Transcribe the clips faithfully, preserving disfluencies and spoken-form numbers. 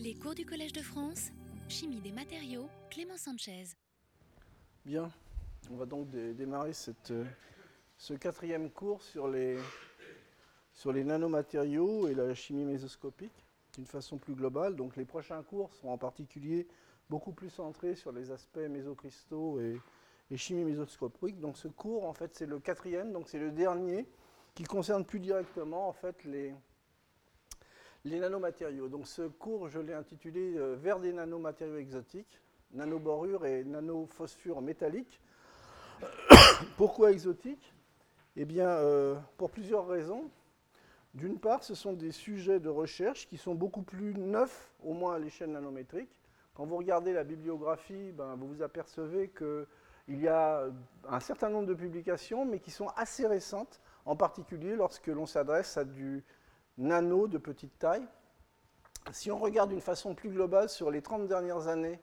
Les cours du Collège de France, Chimie des matériaux, Clément Sanchez. Bien, on va donc dé- démarrer cette, euh, ce quatrième cours sur les, sur les nanomatériaux et la chimie mésoscopique d'une façon plus globale. Donc les prochains cours seront en particulier beaucoup plus centrés sur les aspects mésocristaux et, et chimie mésoscopique. Donc ce cours, en fait, c'est le quatrième, donc c'est le dernier qui concerne plus directement en fait les, les nanomatériaux. Donc ce cours, je l'ai intitulé euh, « Vers des nanomatériaux exotiques ». Nanoborure et nanophosphure métallique. Pourquoi exotique ? Eh bien, euh, pour plusieurs raisons. D'une part, ce sont des sujets de recherche qui sont beaucoup plus neufs, au moins à l'échelle nanométrique. Quand vous regardez la bibliographie, ben, vous vous apercevez qu'il y a un certain nombre de publications, mais qui sont assez récentes, en particulier lorsque l'on s'adresse à du nano de petite taille. Si on regarde d'une façon plus globale sur les trente dernières années,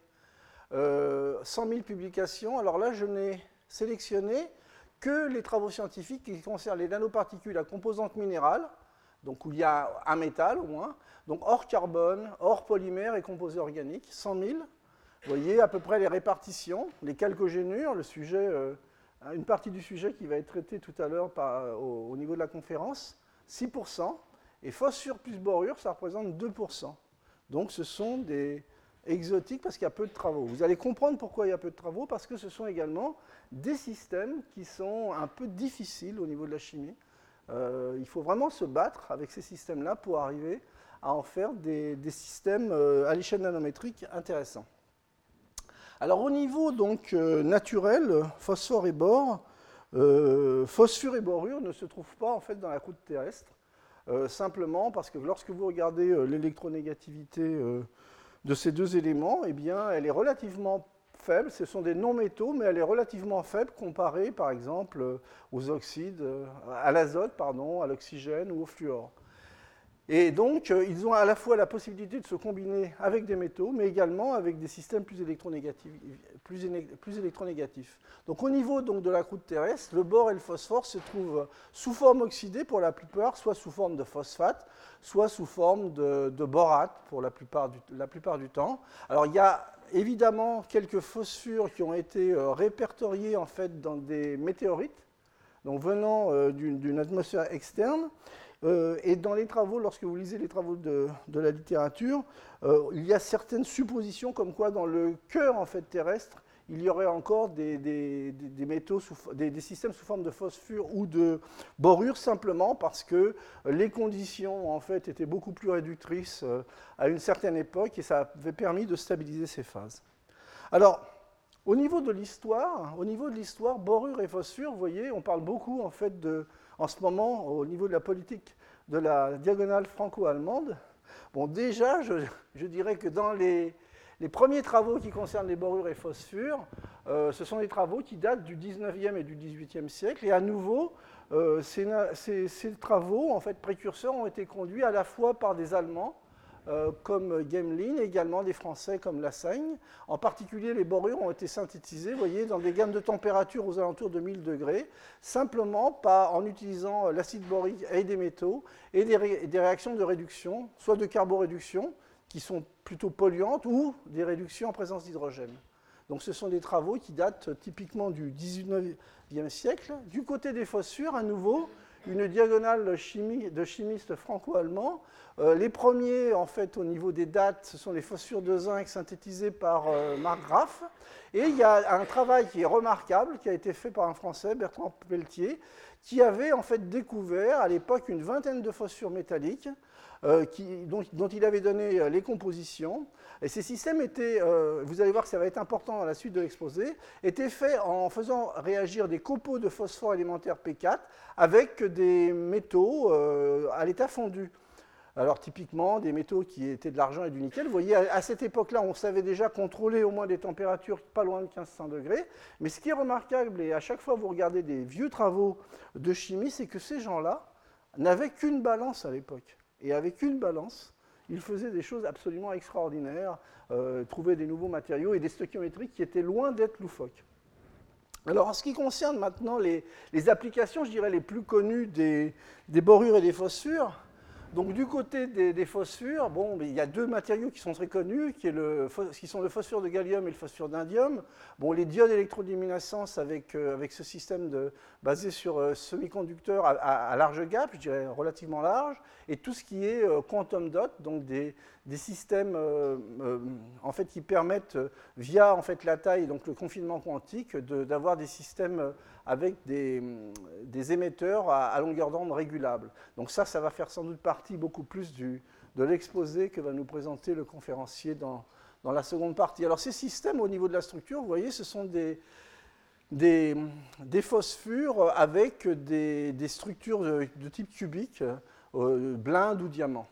Euh, cent mille publications. Alors là, je n'ai sélectionné que les travaux scientifiques qui concernent les nanoparticules à composantes minérales, donc où il y a un métal au moins, donc hors carbone, hors polymère et composés organiques, cent mille. Vous voyez à peu près les répartitions, les chalcogénures, le sujet, euh, une partie du sujet qui va être traité tout à l'heure au, au niveau de la conférence, six pour cent, et phosphore plus borure, ça représente deux pour cent. Donc ce sont des exotiques parce qu'il y a peu de travaux. Vous allez comprendre pourquoi il y a peu de travaux, parce que ce sont également des systèmes qui sont un peu difficiles au niveau de la chimie. Euh, il faut vraiment se battre avec ces systèmes-là pour arriver à en faire des, des systèmes euh, à l'échelle nanométrique intéressants. Alors au niveau donc euh, naturel, phosphore et bore, euh, phosphure et borure ne se trouvent pas en fait dans la croûte terrestre, euh, simplement parce que lorsque vous regardez euh, l'électronégativité euh, de ces deux éléments, eh bien, elle est relativement faible. Ce sont des non-métaux, mais elle est relativement faible comparée, par exemple, aux oxydes, à l'azote, pardon, à l'oxygène ou au fluor. Et donc, ils ont à la fois la possibilité de se combiner avec des métaux, mais également avec des systèmes plus électronégatifs. Plus, plus électronégatifs. Donc, au niveau donc, de la croûte terrestre, le bore et le phosphore se trouvent sous forme oxydée pour la plupart, soit sous forme de phosphate, soit sous forme de, de borate pour la plupart, du, la plupart du temps. Alors, il y a évidemment quelques phosphures qui ont été euh, répertoriées en fait, dans des météorites, donc venant euh, d'une, d'une atmosphère externe. Euh, et dans les travaux, lorsque vous lisez les travaux de, de la littérature, euh, il y a certaines suppositions comme quoi dans le cœur en fait, terrestre, il y aurait encore des, des, des, des métaux, sous, des, des systèmes sous forme de phosphure ou de borure, simplement parce que les conditions en fait, étaient beaucoup plus réductrices euh, à une certaine époque et ça avait permis de stabiliser ces phases. Alors, au niveau de l'histoire, au niveau de l'histoire, borure et phosphure, vous voyez, on parle beaucoup en fait de, en ce moment, au niveau de la politique de la diagonale franco-allemande. Bon, déjà, je, je dirais que dans les, les premiers travaux qui concernent les borures et phosphures, euh, ce sont des travaux qui datent du dix-neuvième et du dix-huitième siècle. Et à nouveau, euh, ces, ces, ces travaux, en fait, précurseurs, ont été conduits à la fois par des Allemands, Euh, comme Gmelin, et également des Français comme Lassagne. En particulier, les borures ont été synthétisées, vous voyez, dans des gammes de température aux alentours de mille degrés, simplement pas en utilisant l'acide borique et des métaux, et des, ré- des réactions de réduction, soit de carboréduction, qui sont plutôt polluantes, ou des réductions en présence d'hydrogène. Donc ce sont des travaux qui datent typiquement du dix-neuvième siècle. Du côté des phosphures, à nouveau, une diagonale chimie, de chimistes franco-allemands. Euh, les premiers, en fait, au niveau des dates, ce sont les phosphures de zinc synthétisés par euh, Marc Graf. Et il y a un travail qui est remarquable, qui a été fait par un Français, Bertrand Pelletier, qui avait en fait découvert à l'époque une vingtaine de phosphures métalliques, euh, qui, dont, dont il avait donné euh, les compositions. Et ces systèmes étaient, euh, vous allez voir que ça va être important dans la suite de l'exposé, étaient faits en faisant réagir des copeaux de phosphore élémentaire P quatre avec des métaux euh, à l'état fondu. Alors typiquement, des métaux qui étaient de l'argent et du nickel. Vous voyez, à, à cette époque-là, on savait déjà contrôler au moins des températures pas loin de quinze cents degrés. Mais ce qui est remarquable, et à chaque fois vous regardez des vieux travaux de chimie, c'est que ces gens-là n'avaient qu'une balance à l'époque. Et avec une balance, ils faisaient des choses absolument extraordinaires, euh, trouvaient des nouveaux matériaux et des stoichiométriques qui étaient loin d'être loufoques. Alors, en ce qui concerne maintenant les, les applications, je dirais, les plus connues des, des borures et des phosphures, Donc du côté des, des phosphures, bon, il y a deux matériaux qui sont très connus, qui, est le, qui sont le phosphure de gallium et le phosphure d'indium. Bon, les diodes électroluminescence avec, euh, avec ce système de, basé sur euh, semi-conducteurs à, à, à large gap, je dirais relativement large, et tout ce qui est euh, quantum dot, donc des, des systèmes euh, euh, en fait, qui permettent, euh, via en fait, la taille, donc le confinement quantique, d'avoir des systèmes euh, avec des, des émetteurs à, à longueur d'onde régulable. Donc ça, ça va faire sans doute partie beaucoup plus du, de l'exposé que va nous présenter le conférencier dans, dans la seconde partie. Alors ces systèmes, au niveau de la structure, vous voyez, ce sont des, des, des phosphures avec des, des structures de, de type cubique, euh, blinde ou diamant.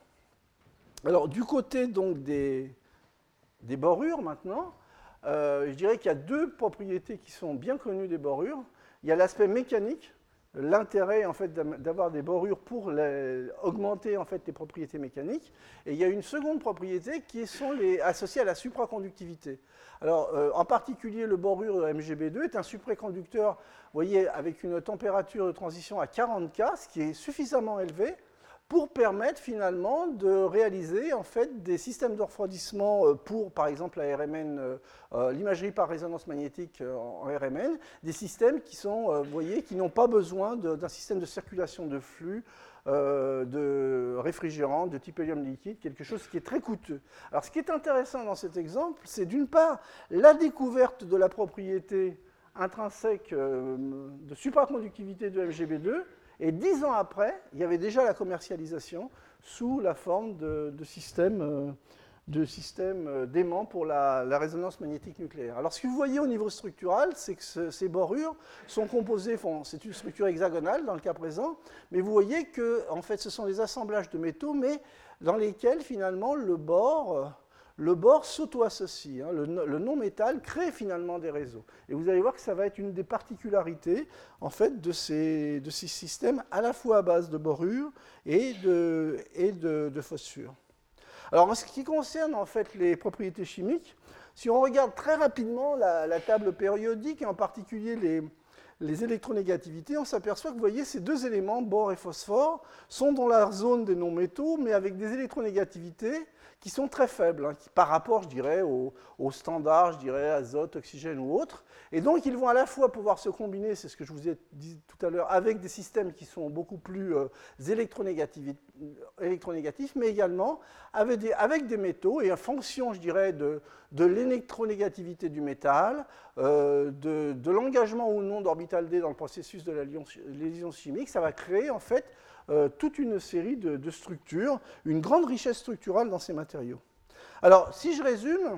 Alors du côté donc des, des borures maintenant, euh, je dirais qu'il y a deux propriétés qui sont bien connues des borures. Il y a l'aspect mécanique, l'intérêt en fait, d'avoir des borures pour les, augmenter en fait, les propriétés mécaniques. Et il y a une seconde propriété qui sont les, associées à la supraconductivité. Alors, euh, en particulier, le borure M G B deux est un supraconducteur, vous voyez, avec une température de transition à quarante K, ce qui est suffisamment élevé pour permettre finalement de réaliser en fait, des systèmes de refroidissement pour, par exemple, la R M N, euh, l'imagerie par résonance magnétique en R M N, des systèmes qui sont, euh, vous voyez, qui n'ont pas besoin d'un système de circulation de flux, euh, de réfrigérant, de type hélium liquide, quelque chose qui est très coûteux. Alors, ce qui est intéressant dans cet exemple, c'est d'une part la découverte de la propriété intrinsèque euh, de supraconductivité de M G B deux, et dix ans après, il y avait déjà la commercialisation sous la forme de, de systèmes de système d'aimants pour la, la résonance magnétique nucléaire. Alors, ce que vous voyez au niveau structural, c'est que ce, ces borures sont composées, c'est une structure hexagonale dans le cas présent, mais vous voyez que, en fait, ce sont des assemblages de métaux, mais dans lesquels, finalement, le bord... le bord s'auto-associe. Hein. Le, le non-métal crée finalement des réseaux. Et vous allez voir que ça va être une des particularités en fait, de, ces, de ces systèmes à la fois à base de borure et de, et de, de phosphure. Alors, en ce qui concerne en fait, les propriétés chimiques, si on regarde très rapidement la, la table périodique, et en particulier les, les électronégativités, on s'aperçoit que vous voyez, ces deux éléments, bore et phosphore, sont dans la zone des non-métaux, mais avec des électronégativités qui sont très faibles, hein, qui, par rapport, je dirais, au, au standard, je dirais, azote, oxygène ou autre. Et donc, ils vont à la fois pouvoir se combiner, c'est ce que je vous ai dit tout à l'heure, avec des systèmes qui sont beaucoup plus euh, électronégatifs, électronégatifs, mais également avec des, avec des métaux, et en fonction, je dirais, de, de l'électronégativité du métal, euh, de, de l'engagement ou non d'orbital D dans le processus de la liaison chimique, ça va créer, en fait, Euh, toute une série de, de structures, une grande richesse structurale dans ces matériaux. Alors, si je résume,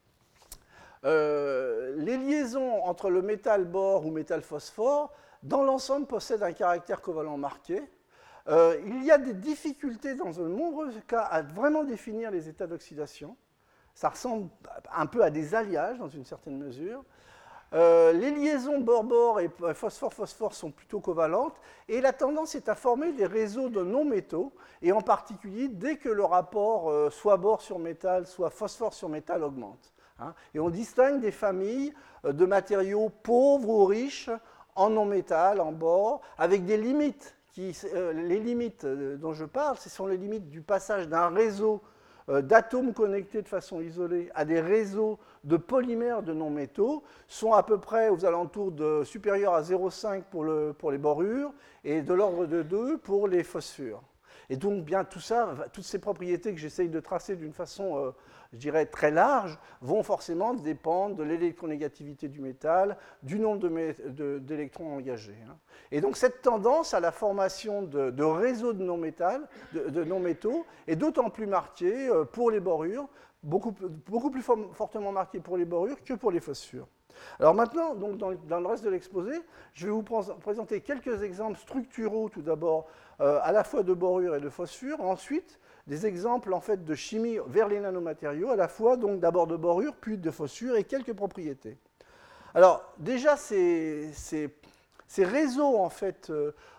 euh, les liaisons entre le métal bore ou métal phosphore, dans l'ensemble, possèdent un caractère covalent marqué. Euh, il y a des difficultés dans de nombreux cas à vraiment définir les états d'oxydation. Ça ressemble un peu à des alliages, dans une certaine mesure. Euh, les liaisons bore-bore et phosphore-phosphore sont plutôt covalentes et la tendance est à former des réseaux de non-métaux et en particulier dès que le rapport euh, soit bore sur métal, soit phosphore sur métal augmente. Hein. Et on distingue des familles euh, de matériaux pauvres ou riches en non-métal, en bore, avec des limites. Qui, euh, les limites euh, dont je parle, ce sont les limites du passage d'un réseau euh, d'atomes connectés de façon isolée à des réseaux de polymères de non-métaux sont à peu près aux alentours de supérieurs à zéro virgule cinq pour, le, pour les borures et de l'ordre de deux pour les phosphures. Et donc, bien, tout ça, toutes ces propriétés que j'essaye de tracer d'une façon, euh, je dirais, très large, vont forcément dépendre de l'électronégativité du métal, du nombre d'électrons engagés. Hein. Et donc, cette tendance à la formation de, de réseaux de non-métal, de, de non-métaux, est d'autant plus marquée euh, pour les borures, beaucoup, beaucoup plus for fortement marquée pour les borures que pour les phosphures. Alors maintenant, donc dans, dans le reste de l'exposé, je vais vous présenter quelques exemples structuraux, tout d'abord, euh, à la fois de borure et de phosphure, ensuite des exemples en fait, de chimie vers les nanomatériaux, à la fois donc d'abord de borure, puis de phosphure et quelques propriétés. Alors déjà, ces, ces, ces réseaux en fait, euh,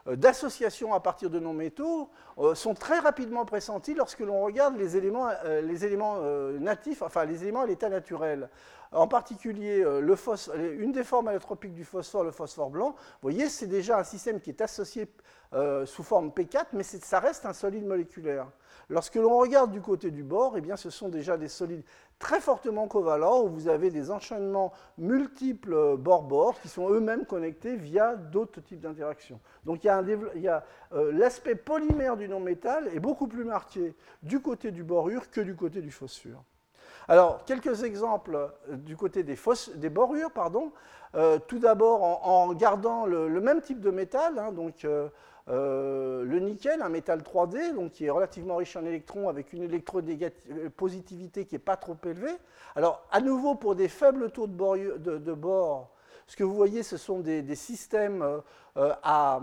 d'association à partir de non-métaux euh, sont très rapidement pressentis lorsque l'on regarde les éléments, euh, les éléments euh, natifs, enfin les éléments à l'état naturel. En particulier, euh, le phos- une des formes allotropiques du phosphore, le phosphore blanc, vous voyez, c'est déjà un système qui est associé euh, sous forme P quatre, mais ça reste un solide moléculaire. Lorsque l'on regarde du côté du bord, eh bien, ce sont déjà des solides très fortement covalents, où vous avez des enchaînements multiples bord-bord qui sont eux-mêmes connectés via d'autres types d'interactions. Donc il y a, un il y a euh, l'aspect polymère du non-métal est beaucoup plus marqué du côté du borure que du côté du phosphore. Alors, quelques exemples du côté des, des borures, pardon. Euh, tout d'abord, en, en gardant le, le même type de métal, hein, donc euh, euh, le nickel, un métal trois D, donc qui est relativement riche en électrons avec une électropositivité qui n'est pas trop élevée. Alors, à nouveau, pour des faibles taux de bord, de, de bord ce que vous voyez, ce sont des, des systèmes euh, à,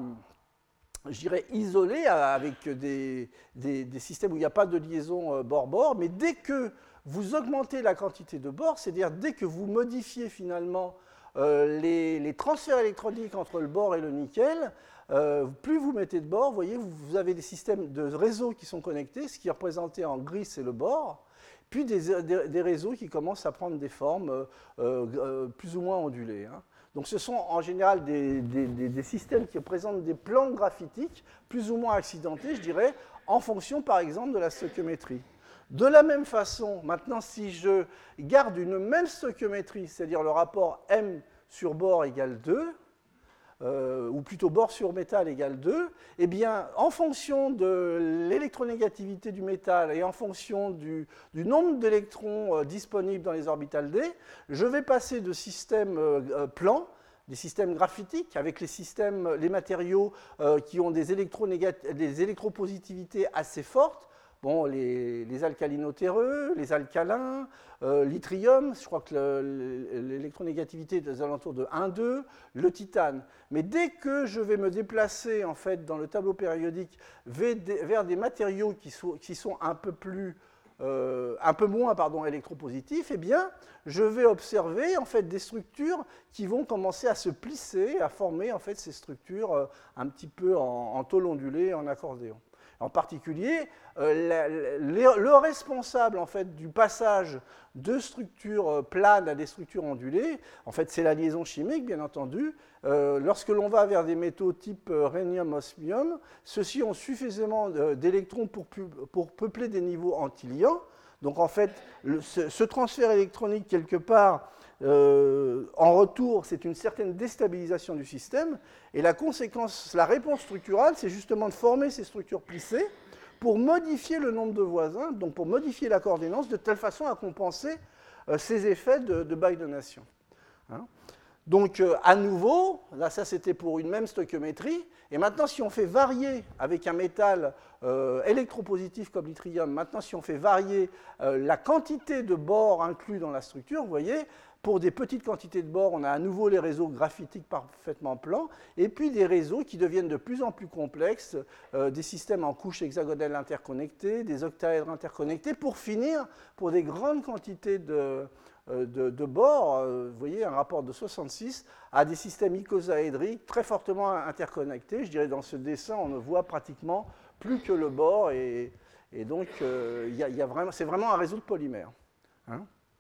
je dirais, isolés, avec des, des, des systèmes où il n'y a pas de liaison bord-bord, mais dès que vous augmentez la quantité de bord, c'est-à-dire dès que vous modifiez finalement euh, les, les transferts électroniques entre le bord et le nickel, euh, plus vous mettez de bord, vous voyez, vous avez des systèmes de réseaux qui sont connectés, ce qui est représenté en gris, c'est le bord, puis des, des, des réseaux qui commencent à prendre des formes euh, euh, plus ou moins ondulées. Hein. Donc ce sont en général des, des, des, des systèmes qui représentent des plans graphitiques plus ou moins accidentés, je dirais, en fonction par exemple de la stoichiométrie. De la même façon, maintenant, si je garde une même stoichiométrie, c'est-à-dire le rapport M sur bord égale deux, euh, ou plutôt bord sur métal égale deux, eh bien, en fonction de l'électronégativité du métal et en fonction du, du nombre d'électrons euh, disponibles dans les orbitales d, je vais passer de systèmes euh, plans, des systèmes graphitiques, avec les systèmes, les matériaux euh, qui ont des, des électropositivités assez fortes. Bon, les, les alcalinotéreux, les alcalins, euh, l'yttrium, je crois que l'électronégativité est aux alentours de un deux, le titane. Mais dès que je vais me déplacer en fait, dans le tableau périodique vers des, vers des matériaux qui sont, qui sont un peu plus, euh, un peu moins pardon, électropositifs, eh bien, je vais observer en fait, des structures qui vont commencer à se plisser, à former en fait, ces structures euh, un petit peu en, en tôle ondulée, en accordéon. En particulier, euh, la, la, le responsable en fait, du passage de structures planes à des structures ondulées, en fait, c'est la liaison chimique, bien entendu. Euh, lorsque l'on va vers des métaux type rhénium-osmium, ceux-ci ont suffisamment d'électrons pour, pour peupler des niveaux antilliants. Donc, en fait, le, ce, ce transfert électronique, quelque part, Euh, en retour, c'est une certaine déstabilisation du système, et la conséquence, la réponse structurale, c'est justement de former ces structures plissées pour modifier le nombre de voisins, donc pour modifier la coordinance, de telle façon à compenser euh, ces effets de, de bidonation. Hein. Donc, euh, à nouveau, là, ça c'était pour une même stoichiométrie, et maintenant, si on fait varier avec un métal euh, électropositif comme l'yttrium, maintenant, si on fait varier euh, la quantité de bord inclus dans la structure, vous voyez, pour des petites quantités de bord, on a à nouveau les réseaux graphitiques parfaitement plans, et puis des réseaux qui deviennent de plus en plus complexes, euh, des systèmes en couches hexagonales interconnectées, des octaèdres interconnectés, pour finir, pour des grandes quantités de, euh, de, de bord, euh, vous voyez, un rapport de soixante-six, à des systèmes icosaédriques très fortement interconnectés. Je dirais dans ce dessin, on ne voit pratiquement plus que le bord, et, et donc euh, y a, y a vraiment, c'est vraiment un réseau de polymères. Hein.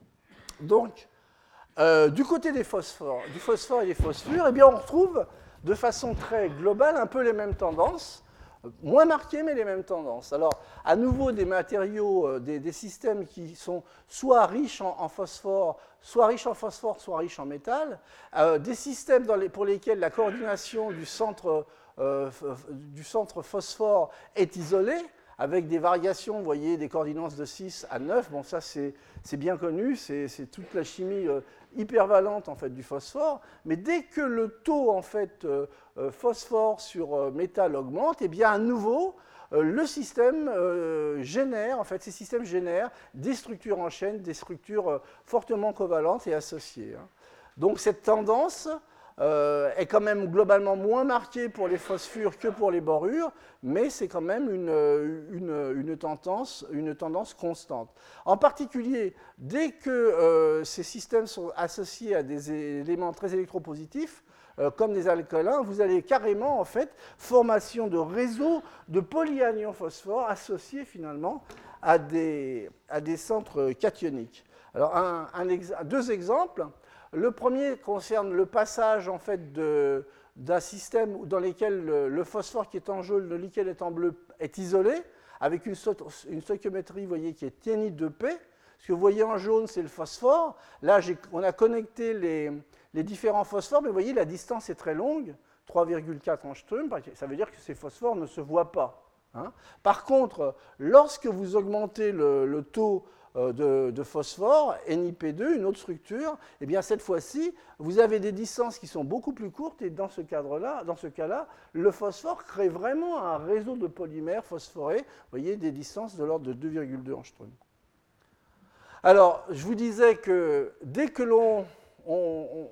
Donc, Euh, du côté des phosphores, du phosphore et des phosphures, eh bien, on retrouve de façon très globale un peu les mêmes tendances, moins marquées, mais les mêmes tendances. Alors, à nouveau, des matériaux, euh, des, des systèmes qui sont soit riches en, en phosphore, soit riches en phosphore, soit riches en métal, euh, des systèmes dans les, pour lesquels la coordination du centre, euh, du centre phosphore est isolée, avec des variations, vous voyez, des coordinances de six à neuf. Bon, ça, c'est bien connu, c'est toute la chimie euh, hypervalente, en fait, du phosphore. Mais dès que le taux, en fait, euh, phosphore sur euh, métal augmente, eh bien, à nouveau, euh, le système euh, génère, en fait, ces systèmes génèrent des structures en chaîne, des structures euh, fortement covalentes et associées. Hein. Donc, cette tendance Euh, est quand même globalement moins marquée pour les phosphures que pour les borures, mais c'est quand même une, une, une, tendance, une tendance constante. En particulier, dès que euh, ces systèmes sont associés à des éléments très électropositifs, euh, comme des alcalins, vous avez carrément, en fait, formation de réseaux de polyanions phosphore associés, finalement, à des, à des centres cationiques. Alors, un, un ex, deux exemples. Le premier concerne le passage, en fait, de, d'un système dans lequel le, le phosphore qui est en jaune, le nickel est en bleu, est isolé, avec une, une stoichiométrie, vous voyez, qui est T N I deux P. Ce que vous voyez en jaune, c'est le phosphore. Là, on a connecté les, les différents phosphores, mais vous voyez, la distance est très longue, trois virgule quatre angstroms. Ça veut dire que ces phosphores ne se voient pas. Hein. Par contre, lorsque vous augmentez le, le taux de, de phosphore, N I P deux, une autre structure, eh bien cette fois-ci, vous avez des distances qui sont beaucoup plus courtes, et dans ce cadre-là, dans ce cas-là, le phosphore crée vraiment un réseau de polymères phosphorés, vous voyez, des distances de l'ordre de deux virgule deux angstroms. Alors, je vous disais que dès que l'on on, on,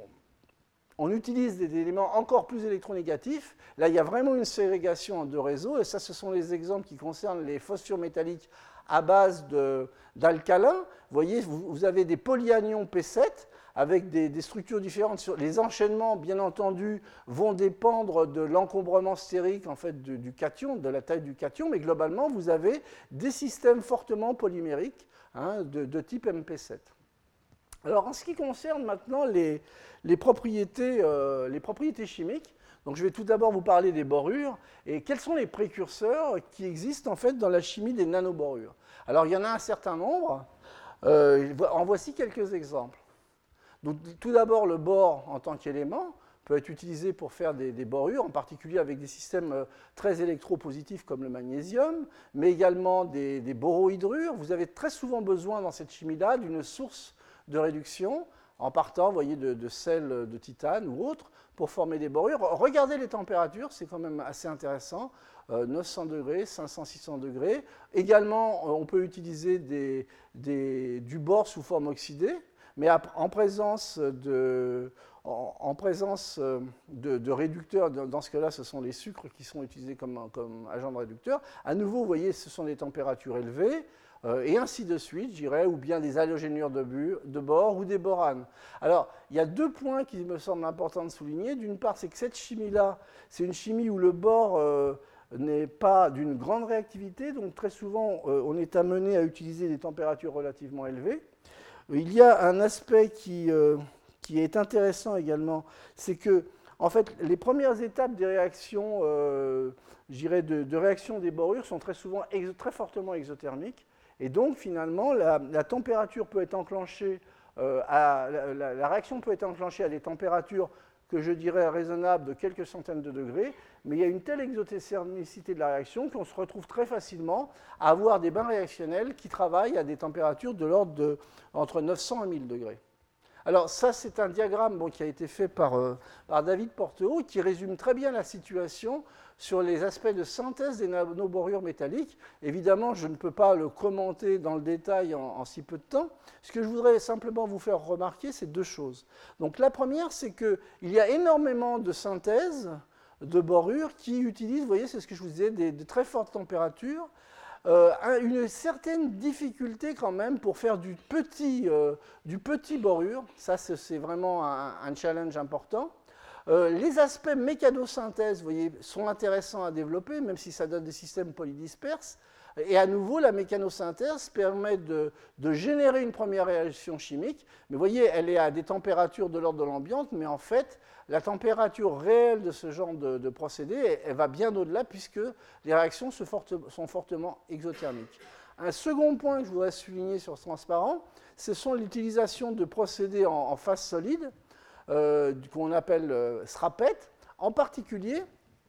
on utilise des éléments encore plus électronégatifs, là, il y a vraiment une ségrégation en deux réseaux, et ça, ce sont les exemples qui concernent les phosphures métalliques à base d'alcalins. Vous voyez, vous, vous avez des polyanions P sept avec des, des structures différentes. Sur, les enchaînements, bien entendu, vont dépendre de l'encombrement stérique en fait, du, du cation, de la taille du cation, mais globalement, vous avez des systèmes fortement polymériques hein, de, de type M P sept. Alors, en ce qui concerne maintenant les, les, propriétés, euh, les propriétés chimiques, donc je vais tout d'abord vous parler des borures et quels sont les précurseurs qui existent en fait dans la chimie des nanoborures. Alors il y en a un certain nombre, euh, en voici quelques exemples. Donc, tout d'abord le bore en tant qu'élément peut être utilisé pour faire des, des borures, en particulier avec des systèmes très électropositifs comme le magnésium, mais également des, des borohydrures. Vous avez très souvent besoin dans cette chimie-là d'une source de réduction en partant, vous voyez, de, de sel de titane ou autre, pour former des borures. Regardez les températures, c'est quand même assez intéressant, euh, neuf cents degrés, cinq cents, six cents degrés. Également, on peut utiliser des, des, du bore sous forme oxydée, mais en présence de, en, en présence de, de réducteurs, dans ce cas-là, ce sont les sucres qui sont utilisés comme, comme agents de réducteur. À nouveau, vous voyez, ce sont des températures élevées, Euh, et ainsi de suite, je dirais, ou bien des halogénures de, de bore ou des boranes. Alors, il y a deux points qui me semblent importants de souligner. D'une part, c'est que cette chimie-là, c'est une chimie où le bore euh, n'est pas d'une grande réactivité, donc très souvent, euh, on est amené à utiliser des températures relativement élevées. Il y a un aspect qui, euh, qui est intéressant également, c'est que, en fait, les premières étapes des réactions, euh, je dirais, de, de réaction des borures sont très souvent exo, très fortement exothermiques. Et donc, finalement, la, la température peut être enclenchée, euh, à, la, la, la réaction peut être enclenchée à des températures que je dirais raisonnables de quelques centaines de degrés, mais il y a une telle exothermicité de la réaction qu'on se retrouve très facilement à avoir des bains réactionnels qui travaillent à des températures de l'ordre de entre neuf cents et mille degrés. Alors ça, c'est un diagramme bon, qui a été fait par, euh, par David Porteau, qui résume très bien la situation sur les aspects de synthèse des nanoborures métalliques. Évidemment, je ne peux pas le commenter dans le détail en, en si peu de temps. Ce que je voudrais simplement vous faire remarquer, c'est deux choses. Donc la première, c'est qu'il y a énormément de synthèses de borures qui utilisent, vous voyez, c'est ce que je vous disais, des, de très fortes températures, Euh, une certaine difficulté quand même pour faire du petit, euh, du petit borure. Ça, c'est vraiment un, un challenge important. Euh, les aspects mécanosynthèse, vous voyez, sont intéressants à développer, même si ça donne des systèmes polydisperses. Et à nouveau, la mécanosynthèse permet de, de générer une première réaction chimique. Mais vous voyez, elle est à des températures de l'ordre de l'ambiance, mais en fait, la température réelle de ce genre de, de procédé, elle, elle va bien au-delà, puisque les réactions se forte, sont fortement exothermiques. Un second point que je voudrais souligner sur ce transparent, ce sont l'utilisation de procédés en, en phase solide, euh, qu'on appelle euh, SRAPET. En particulier,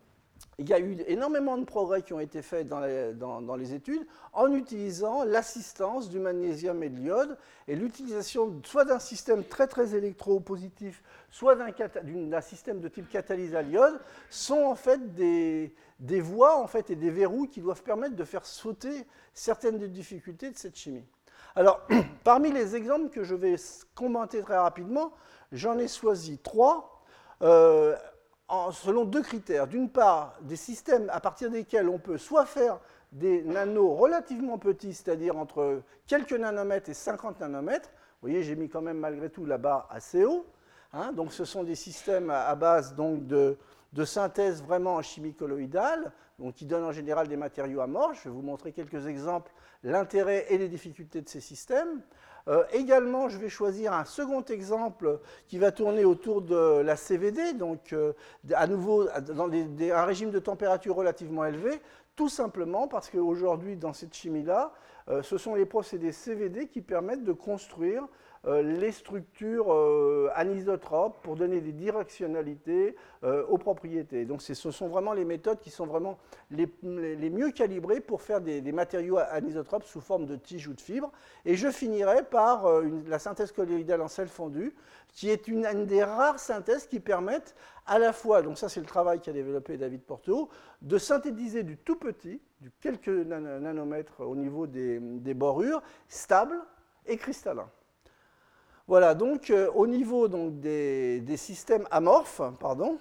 il y a eu énormément de progrès qui ont été faits dans les, dans, dans les études en utilisant l'assistance du magnésium et de l'iode et l'utilisation soit d'un système très très électropositif, soit d'un système de type catalyse à l'iode, sont en fait des, des voies en fait, et des verrous qui doivent permettre de faire sauter certaines des difficultés de cette chimie. Alors, parmi les exemples que je vais commenter très rapidement, j'en ai choisi trois. Euh, selon deux critères. D'une part, des systèmes à partir desquels on peut soit faire des nanos relativement petits, c'est-à-dire entre quelques nanomètres et cinquante nanomètres. Vous voyez, j'ai mis quand même malgré tout la barre assez haut. Hein, donc ce sont des systèmes à, à base donc, de, de synthèse vraiment en chimie colloïdale, donc qui donnent en général des matériaux amorphes. Je vais vous montrer quelques exemples, l'intérêt et les difficultés de ces systèmes. Euh, également, je vais choisir un second exemple qui va tourner autour de la C V D, donc euh, à nouveau dans des, des, un régime de température relativement élevé, tout simplement parce qu'aujourd'hui, dans cette chimie-là, euh, ce sont les procédés C V D qui permettent de construire euh, les structures euh, anisotropes pour donner des directionnalités euh, aux propriétés. Donc ce sont vraiment les méthodes qui sont vraiment les, les, les mieux calibrées pour faire des, des matériaux anisotropes sous forme de tiges ou de fibres. Et je finirai par euh, une, la synthèse colloïdale en sel fondu, qui est une, une des rares synthèses qui permettent à la fois, donc ça c'est le travail qu'a développé David Porteau, de synthétiser du tout petit, du quelques nanomètres au niveau des, des borures, stable et cristallin. Voilà, donc euh, au niveau donc, des, des systèmes amorphes, pardon,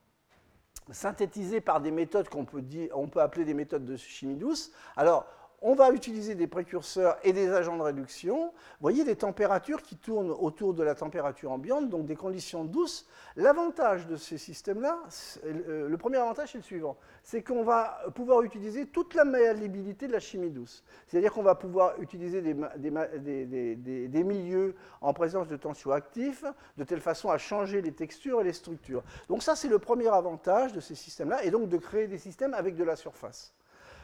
synthétisés par des méthodes qu'on peut, dire, on peut appeler des méthodes de chimie douce. Alors, on va utiliser des précurseurs et des agents de réduction. Vous voyez des températures qui tournent autour de la température ambiante, donc des conditions douces. L'avantage de ces systèmes-là, le premier avantage, c'est le suivant. C'est qu'on va pouvoir utiliser toute la malléabilité de la chimie douce. C'est-à-dire qu'on va pouvoir utiliser des, des, des, des, des milieux en présence de tensioactifs, de telle façon à changer les textures et les structures. Donc ça, c'est le premier avantage de ces systèmes-là, et donc de créer des systèmes avec de la surface.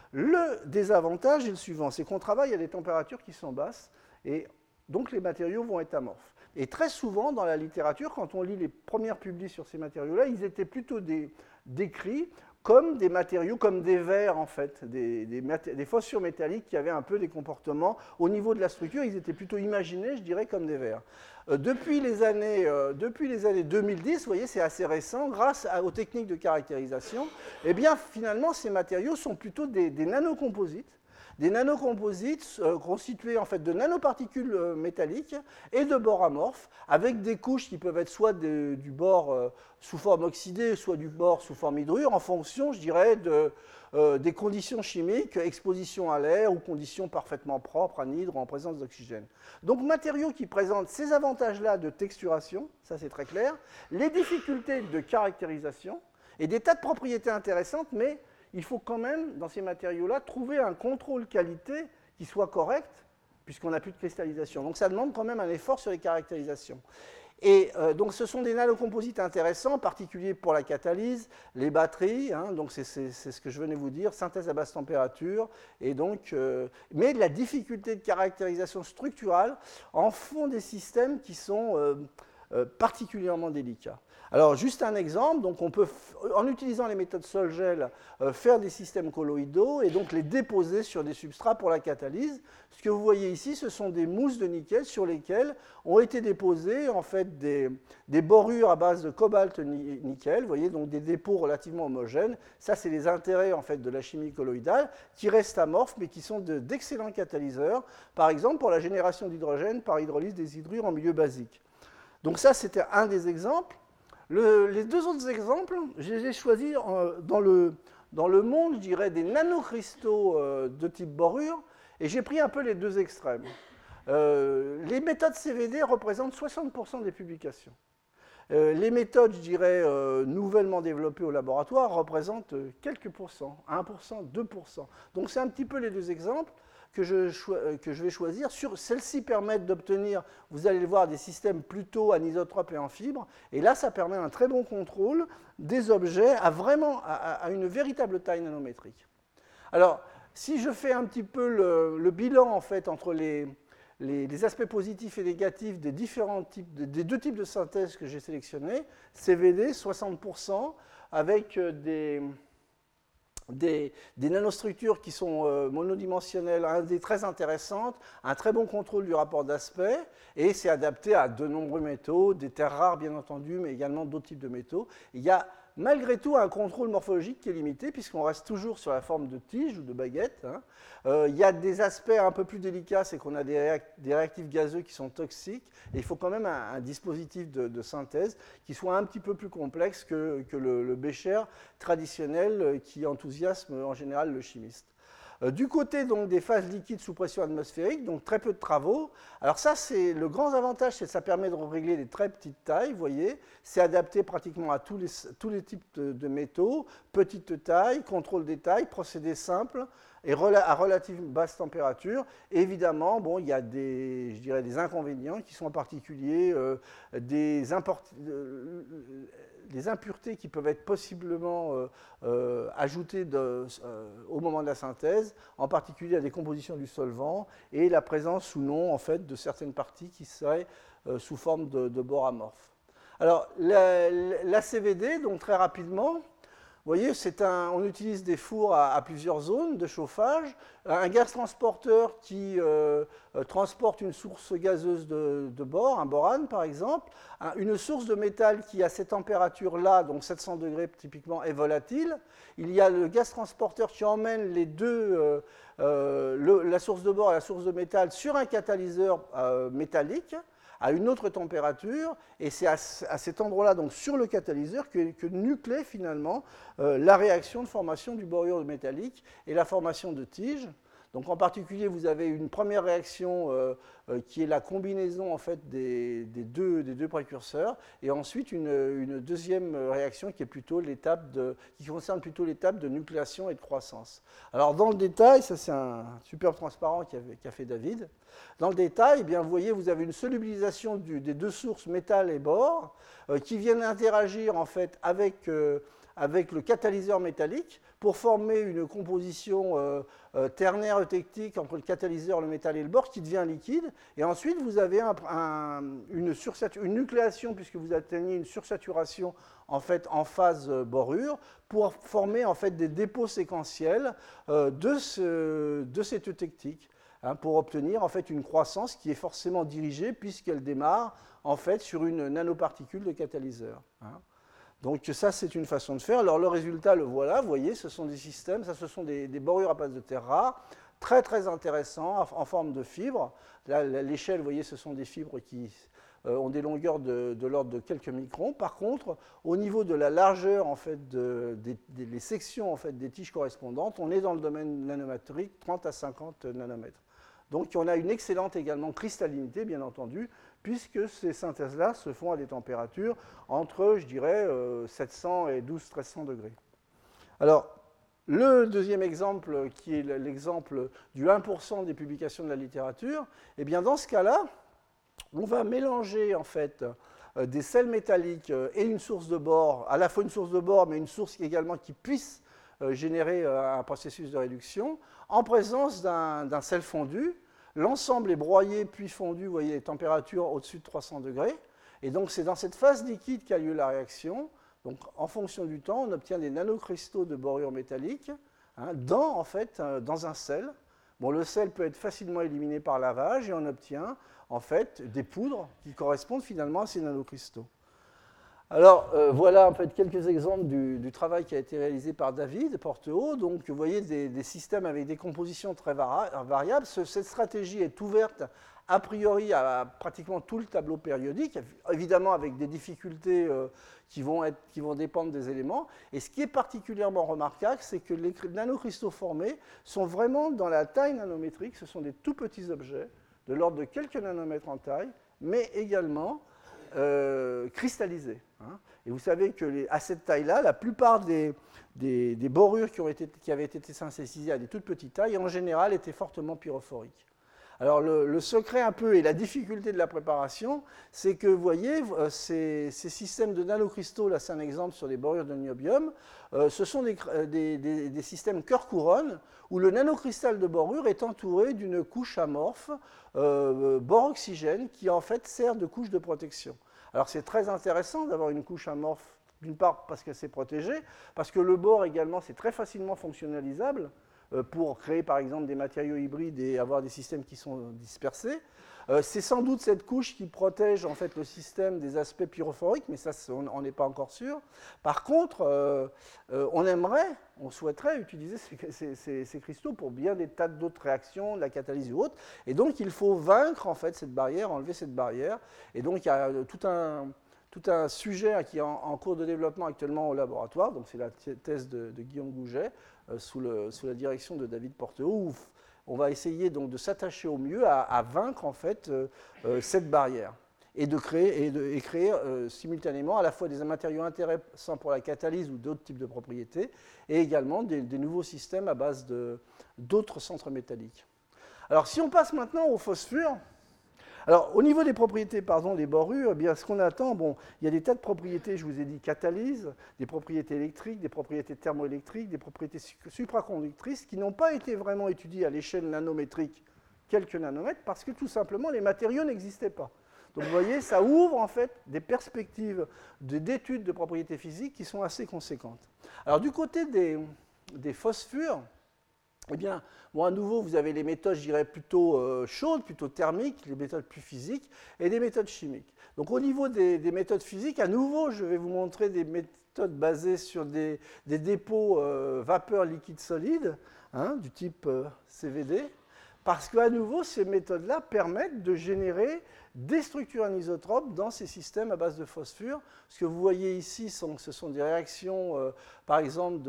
Le désavantage est le suivant, c'est qu'on travaille à des températures qui sont basses, et donc les matériaux vont être amorphes. Et très souvent, dans la littérature, quand on lit les premières publis sur ces matériaux-là, ils étaient plutôt des, décrits comme des matériaux, comme des verres en fait, des, des, des fossures métalliques qui avaient un peu des comportements. Au niveau de la structure, ils étaient plutôt imaginés, je dirais, comme des verres. Euh, depuis, les années, euh, depuis les années deux mille dix, vous voyez, c'est assez récent, grâce à, aux techniques de caractérisation, eh bien, finalement, ces matériaux sont plutôt des, des nanocomposites. Des nanocomposites euh, constitués en fait de nanoparticules euh, métalliques et de bores amorphes, avec des couches qui peuvent être soit de, du bore euh, sous forme oxydée, soit du bore sous forme hydrure, en fonction, je dirais, de, euh, des conditions chimiques, exposition à l'air ou conditions parfaitement propres, anhydre ou en présence d'oxygène. Donc matériaux qui présentent ces avantages-là de texturation, ça c'est très clair, les difficultés de caractérisation et des tas de propriétés intéressantes, mais il faut quand même, dans ces matériaux-là, trouver un contrôle qualité qui soit correct, puisqu'on n'a plus de cristallisation. Donc ça demande quand même un effort sur les caractérisations. Et euh, donc ce sont des nanocomposites intéressants, en particulier pour la catalyse, les batteries, hein, donc c'est ce que je venais vous dire, synthèse à basse température, et donc, euh, mais la difficulté de caractérisation structurale en font des systèmes qui sont euh, euh, particulièrement délicats. Alors, juste un exemple, donc on peut, en utilisant les méthodes sol-gel, euh, faire des systèmes colloïdaux et donc les déposer sur des substrats pour la catalyse. Ce que vous voyez ici, ce sont des mousses de nickel sur lesquelles ont été déposées en fait des, des borures à base de cobalt-nickel, vous voyez, donc des dépôts relativement homogènes. Ça, c'est les intérêts en fait de la chimie colloïdale qui restent amorphes mais qui sont d'excellents catalyseurs, par exemple pour la génération d'hydrogène par hydrolyse des hydrures en milieu basique. Donc ça, c'était un des exemples. Le, les deux autres exemples, je les ai choisis euh, dans, le, dans le monde, je dirais, des nanocristaux euh, de type borure, et j'ai pris un peu les deux extrêmes. Euh, les méthodes C V D représentent soixante pour cent des publications. Euh, les méthodes, je dirais, euh, nouvellement développées au laboratoire représentent quelques pourcents, un pour cent, deux pour cent. Donc c'est un petit peu les deux exemples que je, que je vais choisir. Celles-ci permettent d'obtenir, vous allez le voir, des systèmes plutôt anisotropes et en fibre. Et là, ça permet un très bon contrôle des objets à, vraiment, à, à une véritable taille nanométrique. Alors, si je fais un petit peu le, le bilan, en fait, entre les, les, les aspects positifs et négatifs des différents types, des deux types de synthèses que j'ai sélectionnés, C V D, soixante pour cent, avec des... Des, des nanostructures qui sont euh, monodimensionnelles, un des très intéressantes, un très bon contrôle du rapport d'aspect, et c'est adapté à de nombreux métaux, des terres rares bien entendu, mais également d'autres types de métaux. Il y a malgré tout un contrôle morphologique qui est limité, puisqu'on reste toujours sur la forme de tige ou de baguette. Hein. Euh, il y a des aspects un peu plus délicats, c'est qu'on a des, réac des réactifs gazeux qui sont toxiques, et il faut quand même un, un dispositif de, de synthèse qui soit un petit peu plus complexe que, que le, le bécher traditionnel qui enthousiasme en général le chimiste. Euh, du côté donc, des phases liquides sous pression atmosphérique, donc très peu de travaux. Alors ça, c'est le grand avantage, c'est que ça permet de régler des très petites tailles, vous voyez. C'est adapté pratiquement à tous les, tous les types de, de métaux, petite taille, contrôle des tailles, procédé simple et rela à relative basse température. Et évidemment, bon, il y a des, je dirais, des inconvénients qui sont en particulier euh, des imports... Euh, des impuretés qui peuvent être possiblement euh, euh, ajoutées de, euh, au moment de la synthèse, en particulier la décomposition du solvant et la présence ou non en fait, de certaines parties qui seraient euh, sous forme de, de bore amorphe. Alors, la, la C V D, donc très rapidement, vous voyez, un, on utilise des fours à, à plusieurs zones de chauffage, un gaz transporteur qui euh, transporte une source gazeuse de, de bore, un borane par exemple, une source de métal qui à cette température-là, donc sept cents degrés typiquement, est volatile. Il y a le gaz transporteur qui emmène les deux, euh, euh, le, la source de bore et la source de métal sur un catalyseur euh, métallique, à une autre température, et c'est à, à cet endroit-là, donc sur le catalyseur, que, que nuclée finalement euh, la réaction de formation du borure métallique et la formation de tiges. Donc en particulier, vous avez une première réaction euh, euh, qui est la combinaison en fait, des, des, deux, des deux précurseurs, et ensuite une, une deuxième réaction qui, est plutôt de, qui concerne plutôt l'étape de nucléation et de croissance. Alors dans le détail, ça c'est un superbe transparent qu'a qu'a fait David. Dans le détail, eh bien, vous voyez, vous avez une solubilisation du, des deux sources métal et bore euh, qui viennent interagir en fait avec, euh, avec le catalyseur métallique pour former une composition euh, euh, ternaire eutectique entre le catalyseur, le métal et le bore qui devient liquide. Et ensuite, vous avez un, un, une, une nucléation puisque vous atteignez une sursaturation en fait en phase euh, borure pour former en fait des dépôts séquentiels euh, de, ce, de cette eutectique. Hein, pour obtenir en fait une croissance qui est forcément dirigée puisqu'elle démarre en fait sur une nanoparticule de catalyseur. Hein. Donc ça c'est une façon de faire. Alors le résultat le voilà, vous voyez, ce sont des systèmes, ça ce sont des, des borures à base de terre rare, très très intéressants en forme de fibres. Là l'échelle, vous voyez, ce sont des fibres qui euh, ont des longueurs de, de l'ordre de quelques microns. Par contre, au niveau de la largeur en fait de, des, des les sections en fait des tiges correspondantes, on est dans le domaine nanométrique, trente à cinquante nanomètres. Donc on a une excellente également cristallinité, bien entendu, puisque ces synthèses-là se font à des températures entre, je dirais, euh, sept cents et douze à treize cents degrés. Alors, le deuxième exemple, qui est l'exemple du un pour cent des publications de la littérature, eh bien dans ce cas-là, on va mélanger en fait euh, des sels métalliques euh, et une source de bore, à la fois une source de bore, mais une source également qui puisse euh, générer euh, un processus de réduction, en présence d'un sel fondu. L'ensemble est broyé puis fondu, vous voyez, les températures au-dessus de trois cents degrés. Et donc, c'est dans cette phase liquide qu'a lieu la réaction. Donc, en fonction du temps, on obtient des nanocristaux de borure métallique hein, dans, en fait, euh, dans un sel. Bon, le sel peut être facilement éliminé par lavage et on obtient, en fait, des poudres qui correspondent finalement à ces nanocristaux. Alors, euh, voilà en fait quelques exemples du, du travail qui a été réalisé par David Porteau. Donc, vous voyez des, des systèmes avec des compositions très variables. Ce, cette stratégie est ouverte a priori à pratiquement tout le tableau périodique, évidemment avec des difficultés euh, qui, vont être, qui vont dépendre des éléments. Et ce qui est particulièrement remarquable, c'est que les nanocristaux formés sont vraiment dans la taille nanométrique. Ce sont des tout petits objets de l'ordre de quelques nanomètres en taille, mais également Euh, cristallisés. Hein. Et vous savez qu'à cette taille-là, la plupart des, des, des borures qui, ont été, qui avaient été synthétisées à des toutes petites tailles, en général, étaient fortement pyrophoriques. Alors le, le secret un peu et la difficulté de la préparation, c'est que vous voyez, ces, ces systèmes de nanocristaux, là c'est un exemple sur des borures de niobium, euh, ce sont des, des, des, des systèmes cœur-couronne où le nanocristal de borure est entouré d'une couche amorphe euh, bore-oxygène qui en fait sert de couche de protection. Alors c'est très intéressant d'avoir une couche amorphe, d'une part parce que c'est protégé, parce que le bore également c'est très facilement fonctionnalisable pour créer par exemple des matériaux hybrides et avoir des systèmes qui sont dispersés. Euh, c'est sans doute cette couche qui protège en fait le système des aspects pyrophoriques, mais ça on n'est pas encore sûr. Par contre, euh, euh, on aimerait, on souhaiterait utiliser ces, ces, ces, ces cristaux pour bien des tas d'autres réactions, la catalyse ou autre, et donc il faut vaincre en fait cette barrière, enlever cette barrière, et donc il y a tout un, tout un sujet qui est en, en cours de développement actuellement au laboratoire. Donc c'est la thèse de, de Guillaume Gouget, euh, sous, le, sous la direction de David Porteau, où on va essayer donc de s'attacher au mieux à, à vaincre en fait euh, euh, cette barrière et de créer, et de, et créer euh, simultanément à la fois des matériaux intéressants pour la catalyse ou d'autres types de propriétés, et également des, des nouveaux systèmes à base de, d'autres centres métalliques. Alors si on passe maintenant au phosphure, alors au niveau des propriétés, pardon, des borures, eh bien, ce qu'on attend, bon, il y a des tas de propriétés, je vous ai dit catalyse, des propriétés électriques, des propriétés thermoélectriques, des propriétés supraconductrices qui n'ont pas été vraiment étudiées à l'échelle nanométrique, quelques nanomètres, parce que tout simplement les matériaux n'existaient pas. Donc vous voyez, ça ouvre en fait des perspectives d'études de propriétés physiques qui sont assez conséquentes. Alors du côté des, des phosphures, eh bien, bon, à nouveau, vous avez les méthodes, je dirais, plutôt euh, chaudes, plutôt thermiques, les méthodes plus physiques, et des méthodes chimiques. Donc au niveau des, des méthodes physiques, à nouveau, je vais vous montrer des méthodes basées sur des, des dépôts euh, vapeur liquide solide, hein, du type euh, C V D, parce qu'à nouveau, ces méthodes-là permettent de générer des structures anisotropes dans ces systèmes à base de phosphure. Ce que vous voyez ici, sont, ce sont des réactions, euh, par exemple,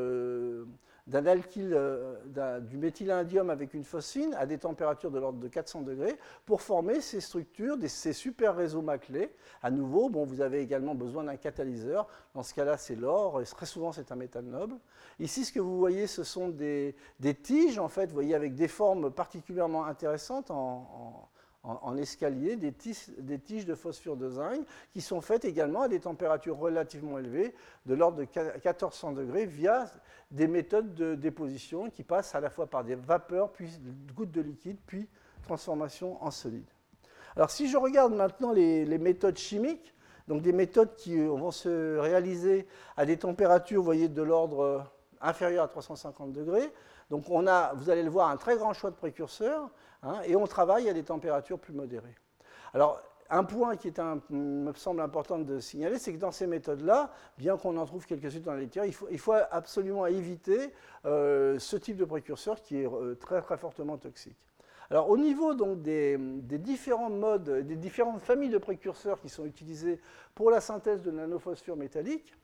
de, d'un alkyle, euh, d'un, du méthylindium avec une phosphine à des températures de l'ordre de quatre cents degrés pour former ces structures, des, ces super réseaux maclés. À nouveau, bon, vous avez également besoin d'un catalyseur. Dans ce cas-là, c'est l'or, et très souvent, c'est un métal noble. Ici, ce que vous voyez, ce sont des, des tiges, en fait, vous voyez, avec des formes particulièrement intéressantes en, en, en escalier, des tiges, des tiges de phosphure de zinc qui sont faites également à des températures relativement élevées, de l'ordre de quatorze cents degrés, via des méthodes de déposition qui passent à la fois par des vapeurs, puis gouttes de liquide, puis transformation en solide. Alors, si je regarde maintenant les, les méthodes chimiques, donc des méthodes qui vont se réaliser à des températures, vous voyez, de l'ordre inférieur à trois cent cinquante degrés. Donc on a, vous allez le voir, un très grand choix de précurseurs, hein, et on travaille à des températures plus modérées. Alors, un point qui est un, me semble important de signaler, c'est que dans ces méthodes-là, bien qu'on en trouve quelques-unes dans la littérature, il faut, il faut absolument éviter euh, ce type de précurseur qui est euh, très, très fortement toxique. Alors, au niveau donc, des, des différents modes, des différentes familles de précurseurs qui sont utilisées pour la synthèse de nanophosphure métallique,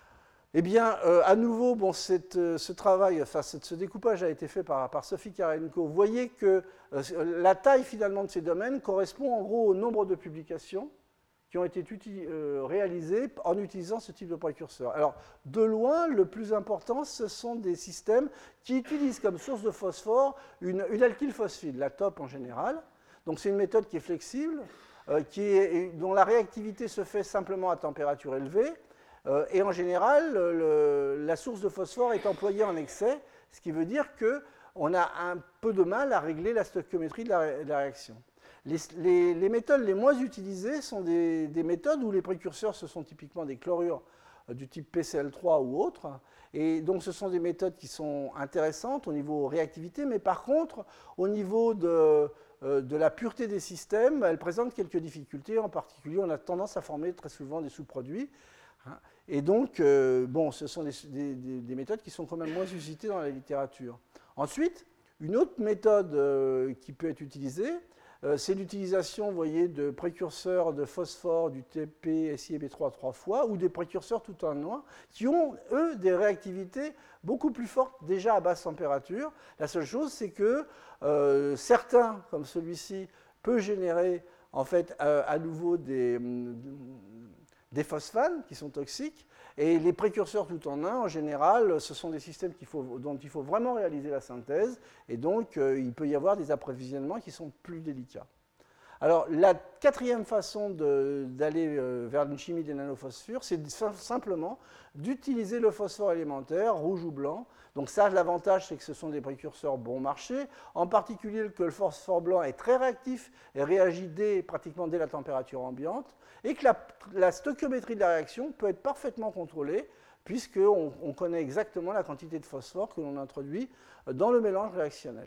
eh bien, euh, à nouveau, bon, cette, euh, ce travail, enfin, cette, ce découpage a été fait par, par Sophie Karenko. Vous voyez que euh, la taille, finalement, de ces domaines correspond, en gros, au nombre de publications qui ont été euh, réalisées en utilisant ce type de précurseur. Alors, de loin, le plus important, ce sont des systèmes qui utilisent comme source de phosphore une, une alkylphosphide, la top en général. Donc, c'est une méthode qui est flexible, euh, qui est, dont la réactivité se fait simplement à température élevée. Euh, et en général, le, la source de phosphore est employée en excès, ce qui veut dire qu'on a un peu de mal à régler la stoichiométrie de la, de la réaction. Les, les, les méthodes les moins utilisées sont des, des méthodes où les précurseurs, ce sont typiquement des chlorures du type P C L trois ou autres. Et donc, ce sont des méthodes qui sont intéressantes au niveau réactivité, mais par contre, au niveau de, euh, de la pureté des systèmes, elles présentent quelques difficultés. En particulier, on a tendance à former très souvent des sous-produits. Et donc, euh, bon, ce sont des, des, des méthodes qui sont quand même moins usitées dans la littérature. Ensuite, une autre méthode euh, qui peut être utilisée, euh, c'est l'utilisation, vous voyez, de précurseurs de phosphore du T P S I B trois trois fois, ou des précurseurs tout en noir, qui ont, eux, des réactivités beaucoup plus fortes déjà à basse température. La seule chose, c'est que euh, certains, comme celui-ci, peuvent générer, en fait, euh, à nouveau des... des phosphanes qui sont toxiques, et les précurseurs tout en un, en général, ce sont des systèmes qu'il faut, dont il faut vraiment réaliser la synthèse, et donc euh, il peut y avoir des approvisionnements qui sont plus délicats. Alors, la quatrième façon de, d'aller euh, vers une chimie des nanophosphures, c'est simplement d'utiliser le phosphore élémentaire, rouge ou blanc. Donc ça, l'avantage, c'est que ce sont des précurseurs bon marché, en particulier que le phosphore blanc est très réactif et réagit dès, pratiquement dès la température ambiante, et que la, la stoichiométrie de la réaction peut être parfaitement contrôlée, puisqu'on on connaît exactement la quantité de phosphore que l'on introduit dans le mélange réactionnel.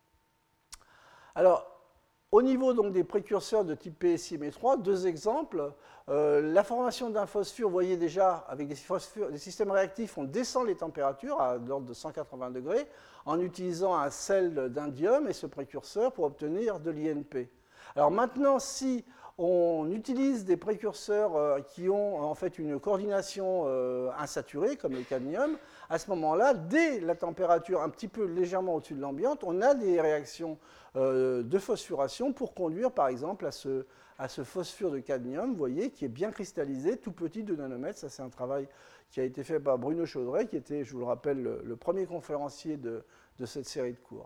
Alors, au niveau donc, des précurseurs de type P S I B trois, deux exemples. Euh, la formation d'un phosphure, vous voyez déjà, avec des, des systèmes réactifs, on descend les températures à l'ordre de cent quatre-vingts degrés en utilisant un sel d'indium et ce précurseur pour obtenir de l'I N P. Alors maintenant, si on utilise des précurseurs euh, qui ont en fait une coordination euh, insaturée, comme le cadmium, à ce moment-là, dès la température un petit peu légèrement au-dessus de l'ambiante, on a des réactions euh, de phosphoration pour conduire, par exemple, à ce, à ce phosphure de cadmium, vous voyez, qui est bien cristallisé, tout petit, de nanomètres. Ça, c'est un travail qui a été fait par Bruno Chaudret, qui était, je vous le rappelle, le, le premier conférencier de, de cette série de cours.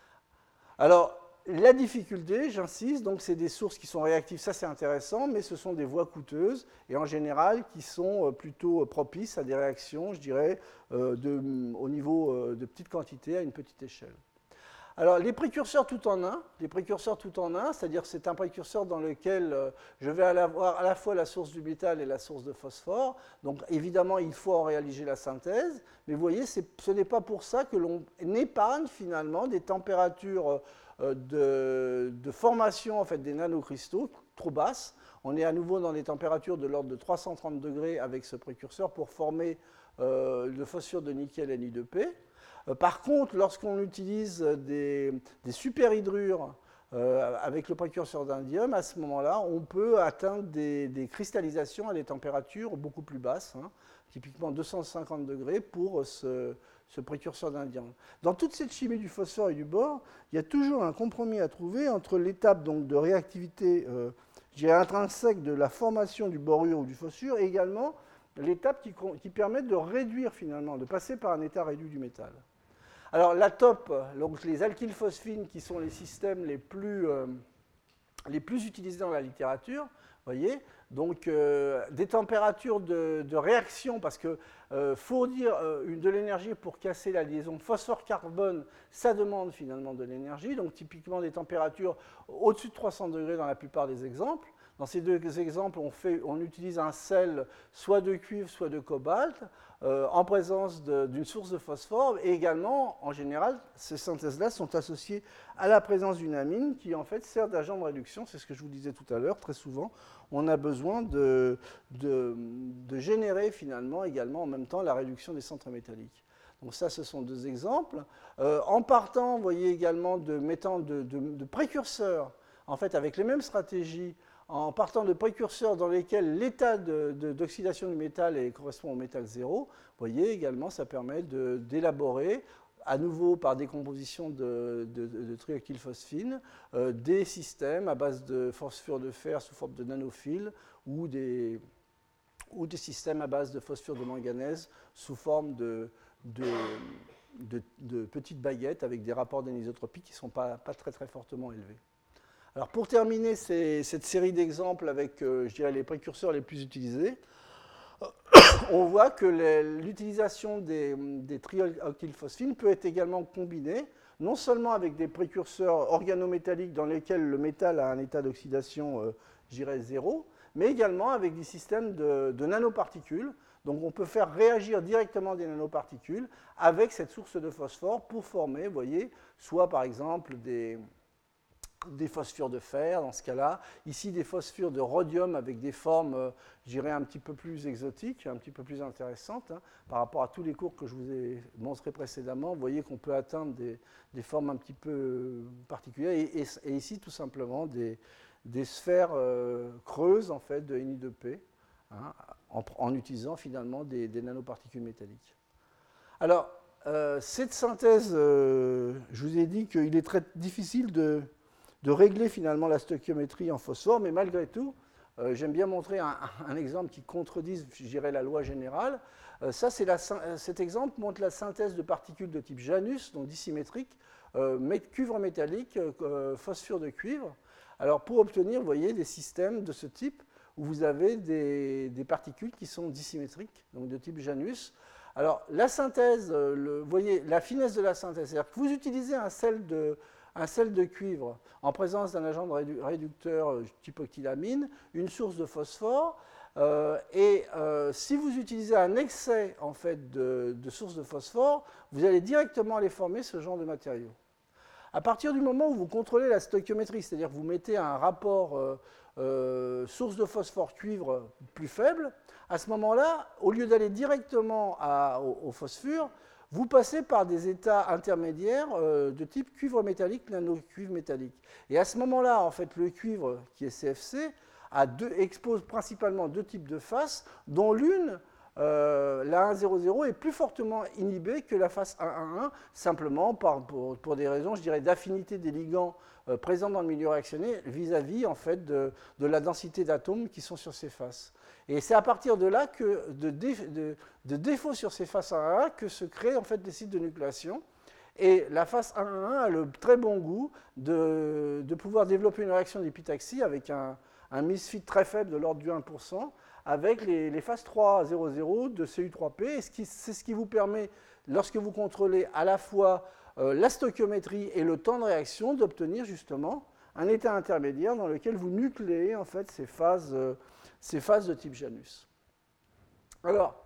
Alors, la difficulté, j'insiste, donc c'est des sources qui sont réactives, ça c'est intéressant, mais ce sont des voies coûteuses et en général qui sont plutôt propices à des réactions, je dirais, euh, de, au niveau euh, de petites quantités à une petite échelle. Alors, les précurseurs tout en un, les précurseurs tout en un, c'est-à-dire que c'est un précurseur dans lequel euh, je vais avoir à la fois la source du métal et la source de phosphore. Donc, évidemment, il faut en réaliser la synthèse, mais vous voyez, ce n'est pas pour ça que l'on épargne finalement des températures euh, de, de formation en fait, des nanocristaux trop basses. On est à nouveau dans des températures de l'ordre de trois cent trente degrés avec ce précurseur pour former euh, le phosphure de nickel N I deux P. Par contre, lorsqu'on utilise des, des superhydrures euh, avec le précurseur d'indium, à ce moment-là, on peut atteindre des, des cristallisations à des températures beaucoup plus basses, hein, typiquement deux cent cinquante degrés pour ce, ce précurseur d'indium. Dans toute cette chimie du phosphore et du bore, il y a toujours un compromis à trouver entre l'étape donc, de réactivité euh, je dirais, intrinsèque de la formation du borure ou du phosphore et également l'étape qui, qui permet de réduire finalement, de passer par un état réduit du métal. Alors la top, donc les alkylphosphines qui sont les systèmes les plus, euh, les plus utilisés dans la littérature, vous voyez, donc euh, des températures de, de réaction, parce qu'il euh, faut dire euh, une, de l'énergie pour casser la liaison phosphore-carbone, ça demande finalement de l'énergie, donc typiquement des températures au-dessus de trois cents degrés dans la plupart des exemples. Dans ces deux exemples, on, fait, on utilise un sel soit de cuivre, soit de cobalt, euh, en présence d'une source de phosphore. Et également, en général, ces synthèses-là sont associées à la présence d'une amine qui, en fait, sert d'agent de réduction. C'est ce que je vous disais tout à l'heure. Très souvent, on a besoin de, de, de générer, finalement, également, en même temps, la réduction des centres métalliques. Donc ça, ce sont deux exemples. Euh, en partant, vous voyez également de, mettant de, de, de précurseurs, en fait, avec les mêmes stratégies, en partant de précurseurs dans lesquels l'état d'oxydation du métal est, correspond au métal zéro, vous voyez également, ça permet d'élaborer, à nouveau par décomposition de, de, de, de triactylphosphine, euh, des systèmes à base de phosphure de fer sous forme de nanophiles ou des, ou des systèmes à base de phosphure de manganèse sous forme de, de, de, de petites baguettes avec des rapports d'anisotropie qui ne sont pas, pas très, très fortement élevés. Alors pour terminer ces, cette série d'exemples avec, euh, je dirais, les précurseurs les plus utilisés, on voit que l'utilisation des, des trialkylphosphines peut être également combinée, non seulement avec des précurseurs organométalliques dans lesquels le métal a un état d'oxydation, euh, je dirais, zéro, mais également avec des systèmes de, de nanoparticules. Donc on peut faire réagir directement des nanoparticules avec cette source de phosphore pour former, vous voyez, soit par exemple des... des phosphures de fer, dans ce cas-là. Ici, des phosphures de rhodium avec des formes, euh, je dirais, un petit peu plus exotiques, un petit peu plus intéressantes. Hein, par rapport à tous les cours que je vous ai montrés précédemment, vous voyez qu'on peut atteindre des, des formes un petit peu particulières. Et, et, et ici, tout simplement, des, des sphères euh, creuses, en fait, de N I deux P, hein, en, en utilisant finalement des, des nanoparticules métalliques. Alors, euh, cette synthèse, euh, je vous ai dit qu'il est très difficile de... de régler finalement la stoichiométrie en phosphore, mais malgré tout, euh, j'aime bien montrer un, un exemple qui contredise, je dirais, la loi générale. Euh, ça, c'est la, cet exemple montre la synthèse de particules de type Janus, donc dissymétrique, euh, cuivre métallique, euh, phosphure de cuivre. Alors, pour obtenir, vous voyez, des systèmes de ce type, où vous avez des, des particules qui sont dissymétriques, donc de type Janus. Alors, la synthèse, le, vous voyez, la finesse de la synthèse, c'est-à-dire que vous utilisez un sel de... un sel de cuivre en présence d'un agent de réducteur type octylamine, une source de phosphore, euh, et euh, si vous utilisez un excès en fait, de, de source de phosphore, vous allez directement aller former ce genre de matériaux. À partir du moment où vous contrôlez la stoichiométrie, c'est-à-dire que vous mettez un rapport euh, euh, source de phosphore cuivre plus faible, à ce moment-là, au lieu d'aller directement à, au, au phosphore, vous passez par des états intermédiaires euh, de type cuivre métallique, nano-cuivre métallique. Et à ce moment-là, en fait, le cuivre, qui est C F C, a deux, expose principalement deux types de faces, dont l'une, euh, la un zéro zéro, est plus fortement inhibée que la face un un un, simplement par, pour, pour des raisons, je dirais, d'affinité des ligands euh, présents dans le milieu réactionné vis-à-vis, en fait, de, de la densité d'atomes qui sont sur ces faces. Et c'est à partir de là, que, de, dé, de, de défauts sur ces faces un un un, que se créent en fait des sites de nucléation. Et la face un un un a le très bon goût de, de pouvoir développer une réaction d'épitaxie avec un, un misfit très faible de l'ordre du un pour cent, avec les, les phases trois zéro zéro de C U trois P. Et c'est ce, ce qui vous permet, lorsque vous contrôlez à la fois euh, la stoichiométrie et le temps de réaction, d'obtenir justement un état intermédiaire dans lequel vous nucléez en fait ces phases, euh, ces phases de type Janus. Alors,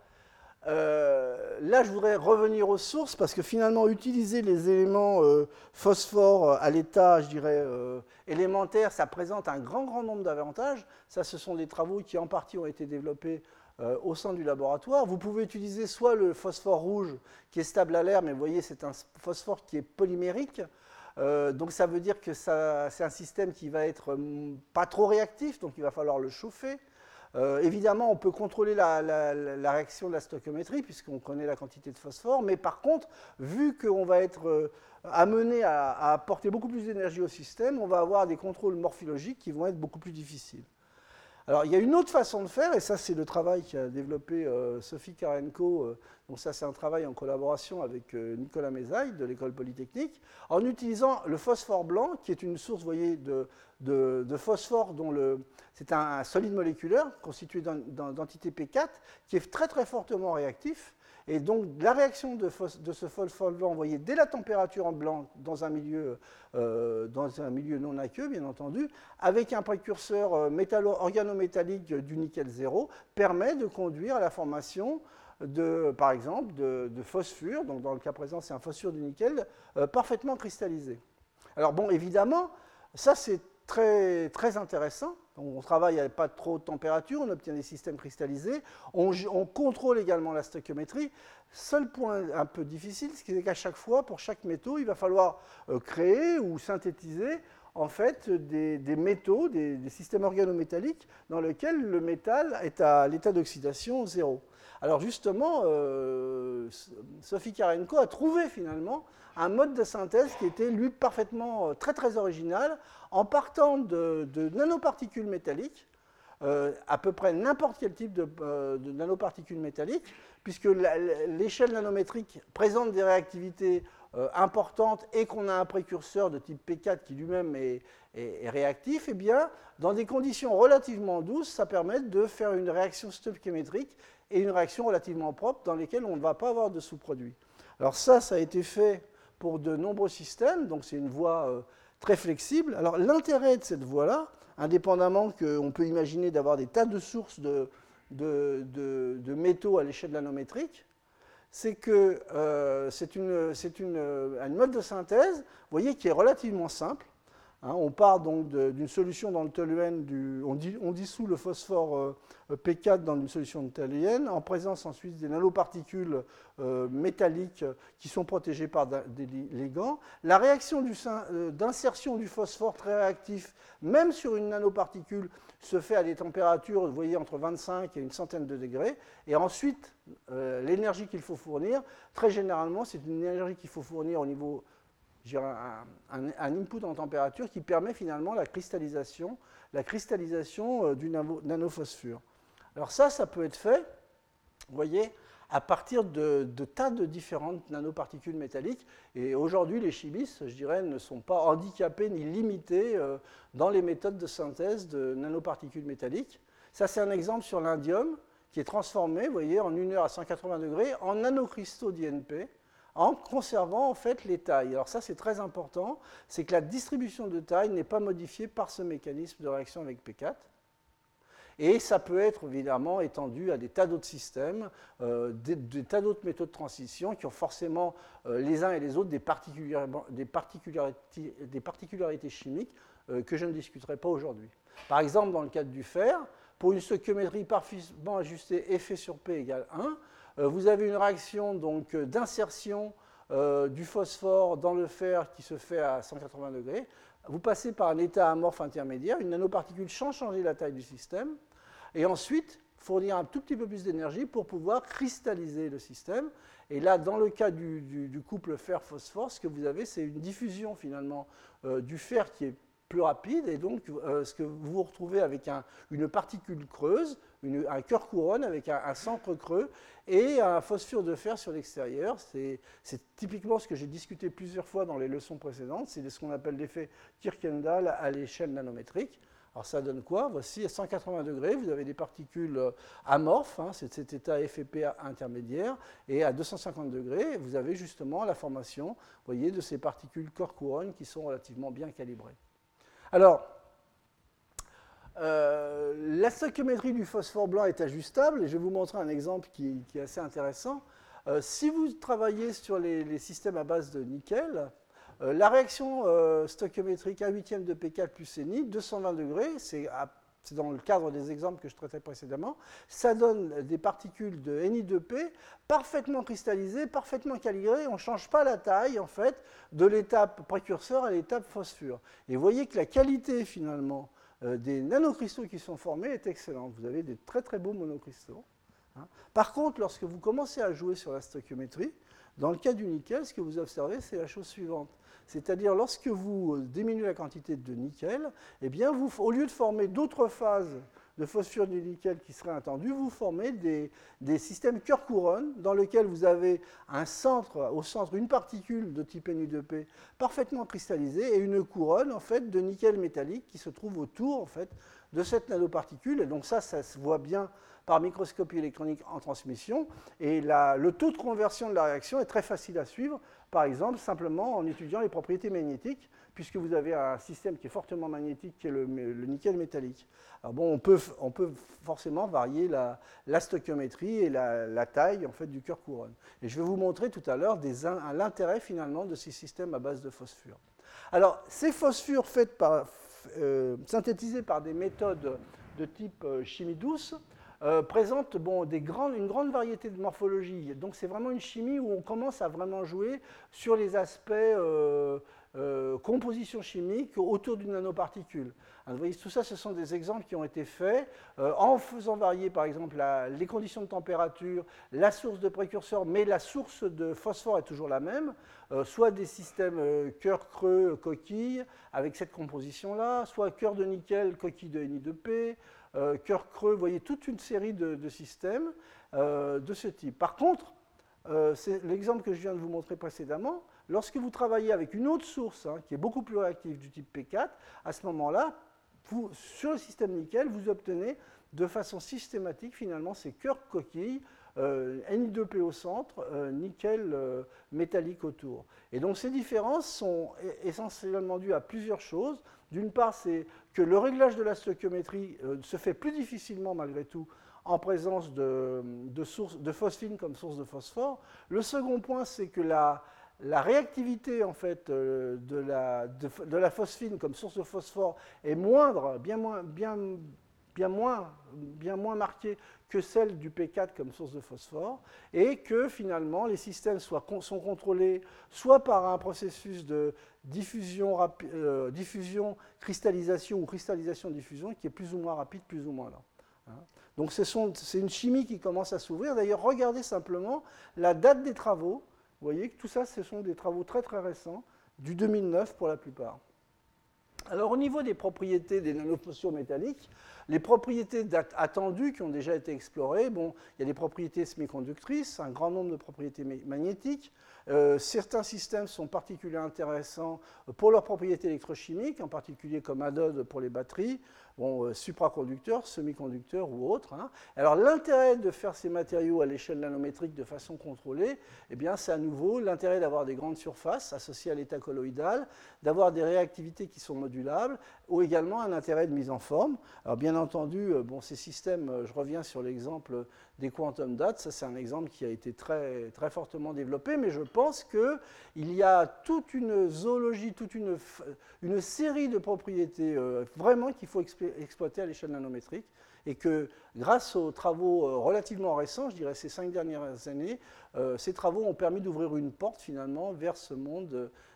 euh, là, je voudrais revenir aux sources parce que finalement, utiliser les éléments euh, phosphore à l'état, je dirais, euh, élémentaire, ça présente un grand, grand nombre d'avantages. Ça, ce sont des travaux qui, en partie, ont été développés euh, au sein du laboratoire. Vous pouvez utiliser soit le phosphore rouge, qui est stable à l'air, mais vous voyez, c'est un phosphore qui est polymérique. Euh, donc ça veut dire que ça, c'est un système qui va être hum, pas trop réactif, donc il va falloir le chauffer. Euh, évidemment, on peut contrôler la, la, la réaction de la stoichiométrie, puisqu'on connaît la quantité de phosphore, mais par contre, vu qu'on va être euh, amené à, à apporter beaucoup plus d'énergie au système, on va avoir des contrôles morphologiques qui vont être beaucoup plus difficiles. Alors, il y a une autre façon de faire, et ça, c'est le travail qu'a développé euh, Sophie Karenko. Euh, donc ça, c'est un travail en collaboration avec euh, Nicolas Mézaille de l'École Polytechnique, en utilisant le phosphore blanc, qui est une source, vous voyez, de, de, de phosphore dont le... C'est un, un solide moléculaire constitué d'entités P quatre, qui est très, très fortement réactif. Et donc, la réaction de, de ce phosphore blanc, vous voyez, dès la température en blanc, dans un milieu, euh, dans un milieu non aqueux, bien entendu, avec un précurseur euh, organométallique du nickel zéro, permet de conduire à la formation, de, par exemple, de, de phosphure. Donc, dans le cas présent, c'est un phosphure du nickel euh, parfaitement cristallisé. Alors, bon, évidemment, ça, c'est très, très intéressant. Donc, on travaille à pas trop de température, on obtient des systèmes cristallisés, on, on contrôle également la stoichiométrie. Seul point un peu difficile, c'est qu'à chaque fois, pour chaque métaux, il va falloir euh, créer ou synthétiser en fait des, des métaux, des, des systèmes organométalliques dans lesquels le métal est à l'état d'oxydation zéro. Alors justement, euh, Sophie Karenko a trouvé finalement un mode de synthèse qui était, lui, parfaitement très, très original, en partant de, de nanoparticules métalliques, euh, à peu près n'importe quel type de, euh, de nanoparticules métalliques, puisque l'échelle nanométrique présente des réactivités euh, importantes et qu'on a un précurseur de type P quatre qui lui-même est, est, est réactif, et bien, dans des conditions relativement douces, ça permet de faire une réaction stoichiométrique et une réaction relativement propre dans lesquelles on ne va pas avoir de sous-produits. Alors ça, ça a été fait pour de nombreux systèmes, donc c'est une voie euh, très flexible. Alors l'intérêt de cette voie-là, indépendamment qu'on peut imaginer d'avoir des tas de sources de, de, de, de métaux à l'échelle nanométrique, c'est que euh, c'est une, c'est une, une mode de synthèse, vous voyez, qui est relativement simple. Hein, on part donc d'une solution dans le toluène, du, on, dit, on dissout le phosphore euh, P quatre dans une solution de toluène, en présence ensuite des nanoparticules euh, métalliques qui sont protégées par des ligands. La réaction euh, d'insertion du phosphore très réactif, même sur une nanoparticule, se fait à des températures, vous voyez, entre vingt-cinq et une centaine de degrés. Et ensuite, euh, l'énergie qu'il faut fournir, très généralement, c'est une énergie qu'il faut fournir au niveau... Un, un, un input en température qui permet finalement la cristallisation, la cristallisation euh, du nano, nanophosphure. Alors ça, ça peut être fait, vous voyez, à partir de, de tas de différentes nanoparticules métalliques. Et aujourd'hui, les chimistes, je dirais, ne sont pas handicapés ni limités euh, dans les méthodes de synthèse de nanoparticules métalliques. Ça, c'est un exemple sur l'indium qui est transformé, vous voyez, en une heure à cent quatre-vingts degrés en nanocristaux d'I N P, en conservant en fait les tailles. Alors ça, c'est très important, c'est que la distribution de taille n'est pas modifiée par ce mécanisme de réaction avec P quatre. Et ça peut être évidemment étendu à des tas d'autres systèmes, euh, des, des tas d'autres métaux de transition qui ont forcément euh, les uns et les autres des, particular des, particularités, des particularités chimiques euh, que je ne discuterai pas aujourd'hui. Par exemple, dans le cadre du fer, pour une stoichiométrie parfaitement ajustée F sur P égale un, vous avez une réaction d'insertion euh, du phosphore dans le fer qui se fait à cent quatre-vingts degrés. vous passez par un état amorphe intermédiaire, une nanoparticule sans changer la taille du système, et ensuite fournir un tout petit peu plus d'énergie pour pouvoir cristalliser le système. Et là, dans le cas du, du, du couple fer-phosphore, ce que vous avez, c'est une diffusion finalement euh, du fer qui est plus rapide, et donc euh, ce que vous vous retrouvez avec un, une particule creuse, une, un cœur couronne avec un, un centre creux et un phosphure de fer sur l'extérieur. C'est typiquement ce que j'ai discuté plusieurs fois dans les leçons précédentes, c'est ce qu'on appelle l'effet Kirkendall à l'échelle nanométrique. Alors ça donne quoi? Voici à cent quatre-vingts degrés, vous avez des particules amorphes, hein, c'est cet état F et P intermédiaire, et à deux cent cinquante degrés, vous avez justement la formation, voyez, de ces particules corps-couronne qui sont relativement bien calibrées. Alors, euh, la stoichiométrie du phosphore blanc est ajustable, et je vais vous montrer un exemple qui, qui est assez intéressant. Euh, si vous travaillez sur les, les systèmes à base de nickel, Euh, la réaction euh, stoichiométrique un huitième de P quatre plus Ni, deux cent vingt degrés, c'est dans le cadre des exemples que je traitais précédemment, ça donne des particules de Ni deux P parfaitement cristallisées, parfaitement calibrées, on ne change pas la taille en fait de l'étape précurseur à l'étape phosphore. Et vous voyez que la qualité finalement euh, des nanocristaux qui sont formés est excellente. Vous avez des très très beaux monocristaux. Hein. Par contre, lorsque vous commencez à jouer sur la stoichiométrie, dans le cas du nickel, ce que vous observez, c'est la chose suivante. C'est-à-dire, lorsque vous diminuez la quantité de nickel, eh bien, vous, au lieu de former d'autres phases de phosphure du nickel qui seraient attendues, vous formez des, des systèmes cœur-couronne dans lesquels vous avez un centre, au centre une particule de type Ni deux P parfaitement cristallisée et une couronne en fait, de nickel métallique qui se trouve autour en fait, de cette nanoparticule. Et donc ça, ça se voit bien par microscopie électronique en transmission, et la, le taux de conversion de la réaction est très facile à suivre, par exemple, simplement en étudiant les propriétés magnétiques, puisque vous avez un système qui est fortement magnétique, qui est le, le nickel métallique. Alors bon, on peut, on peut forcément varier la, la stoichiométrie et la, la taille en fait, du cœur couronne. Et je vais vous montrer tout à l'heure l'intérêt finalement de ces systèmes à base de phosphure. Alors, ces phosphures faites par, euh, synthétisées par des méthodes de type euh, chimie douce, Euh, présente bon, des grandes, une grande variété de morphologie. Donc c'est vraiment une chimie où on commence à vraiment jouer sur les aspects euh, euh, composition chimique autour d'une nanoparticule. Alors, vous voyez, tout ça, ce sont des exemples qui ont été faits euh, en faisant varier, par exemple, la, les conditions de température, la source de précurseur, mais la source de phosphore est toujours la même, euh, soit des systèmes euh, cœur creux, coquille, avec cette composition-là, soit cœur de nickel, coquille de Ni deux P, Euh, cœur creux, vous voyez toute une série de, de systèmes euh, de ce type. Par contre, euh, c'est l'exemple que je viens de vous montrer précédemment, lorsque vous travaillez avec une autre source hein, qui est beaucoup plus réactive du type P quatre, à ce moment-là, sur le système nickel, vous obtenez de façon systématique finalement ces cœurs coquilles, euh, Ni deux P au centre, euh, nickel euh, métallique autour. Et donc ces différences sont essentiellement dues à plusieurs choses. D'une part, c'est que le réglage de la stoichiométrie euh, se fait plus difficilement malgré tout en présence de, de, sources, de phosphine comme source de phosphore. Le second point, c'est que la, la réactivité en fait, euh, de, la, de, de la phosphine comme source de phosphore est moindre, bien moins, bien, bien moins, bien moins marquée que celle du P quatre comme source de phosphore, et que finalement les systèmes soient, sont contrôlés soit par un processus de diffusion, euh, diffusion, cristallisation ou cristallisation-diffusion qui est plus ou moins rapide, plus ou moins lent. Hein. Donc c'est une chimie qui commence à s'ouvrir. D'ailleurs, regardez simplement la date des travaux. Vous voyez que tout ça, ce sont des travaux très très récents, du deux mille neuf pour la plupart. Alors au niveau des propriétés des nanopotions métalliques, les propriétés attendues qui ont déjà été explorées, bon, il y a des propriétés semi-conductrices, un grand nombre de propriétés magnétiques. Euh, certains systèmes sont particulièrement intéressants pour leurs propriétés électrochimiques, en particulier comme anode pour les batteries, bon, euh, supraconducteurs, semi-conducteurs ou autres. Hein. Alors l'intérêt de faire ces matériaux à l'échelle nanométrique de façon contrôlée, eh bien, c'est à nouveau l'intérêt d'avoir des grandes surfaces associées à l'état colloïdal, d'avoir des réactivités qui sont modulables, ou également un intérêt de mise en forme. Alors bien entendu, bon, ces systèmes, je reviens sur l'exemple des quantum dots, ça c'est un exemple qui a été très, très fortement développé, mais je pense qu'il y a toute une zoologie, toute une, une série de propriétés euh, vraiment qu'il faut exploiter à l'échelle nanométrique, et que grâce aux travaux euh, relativement récents, je dirais ces cinq dernières années, euh, ces travaux ont permis d'ouvrir une porte finalement vers ce monde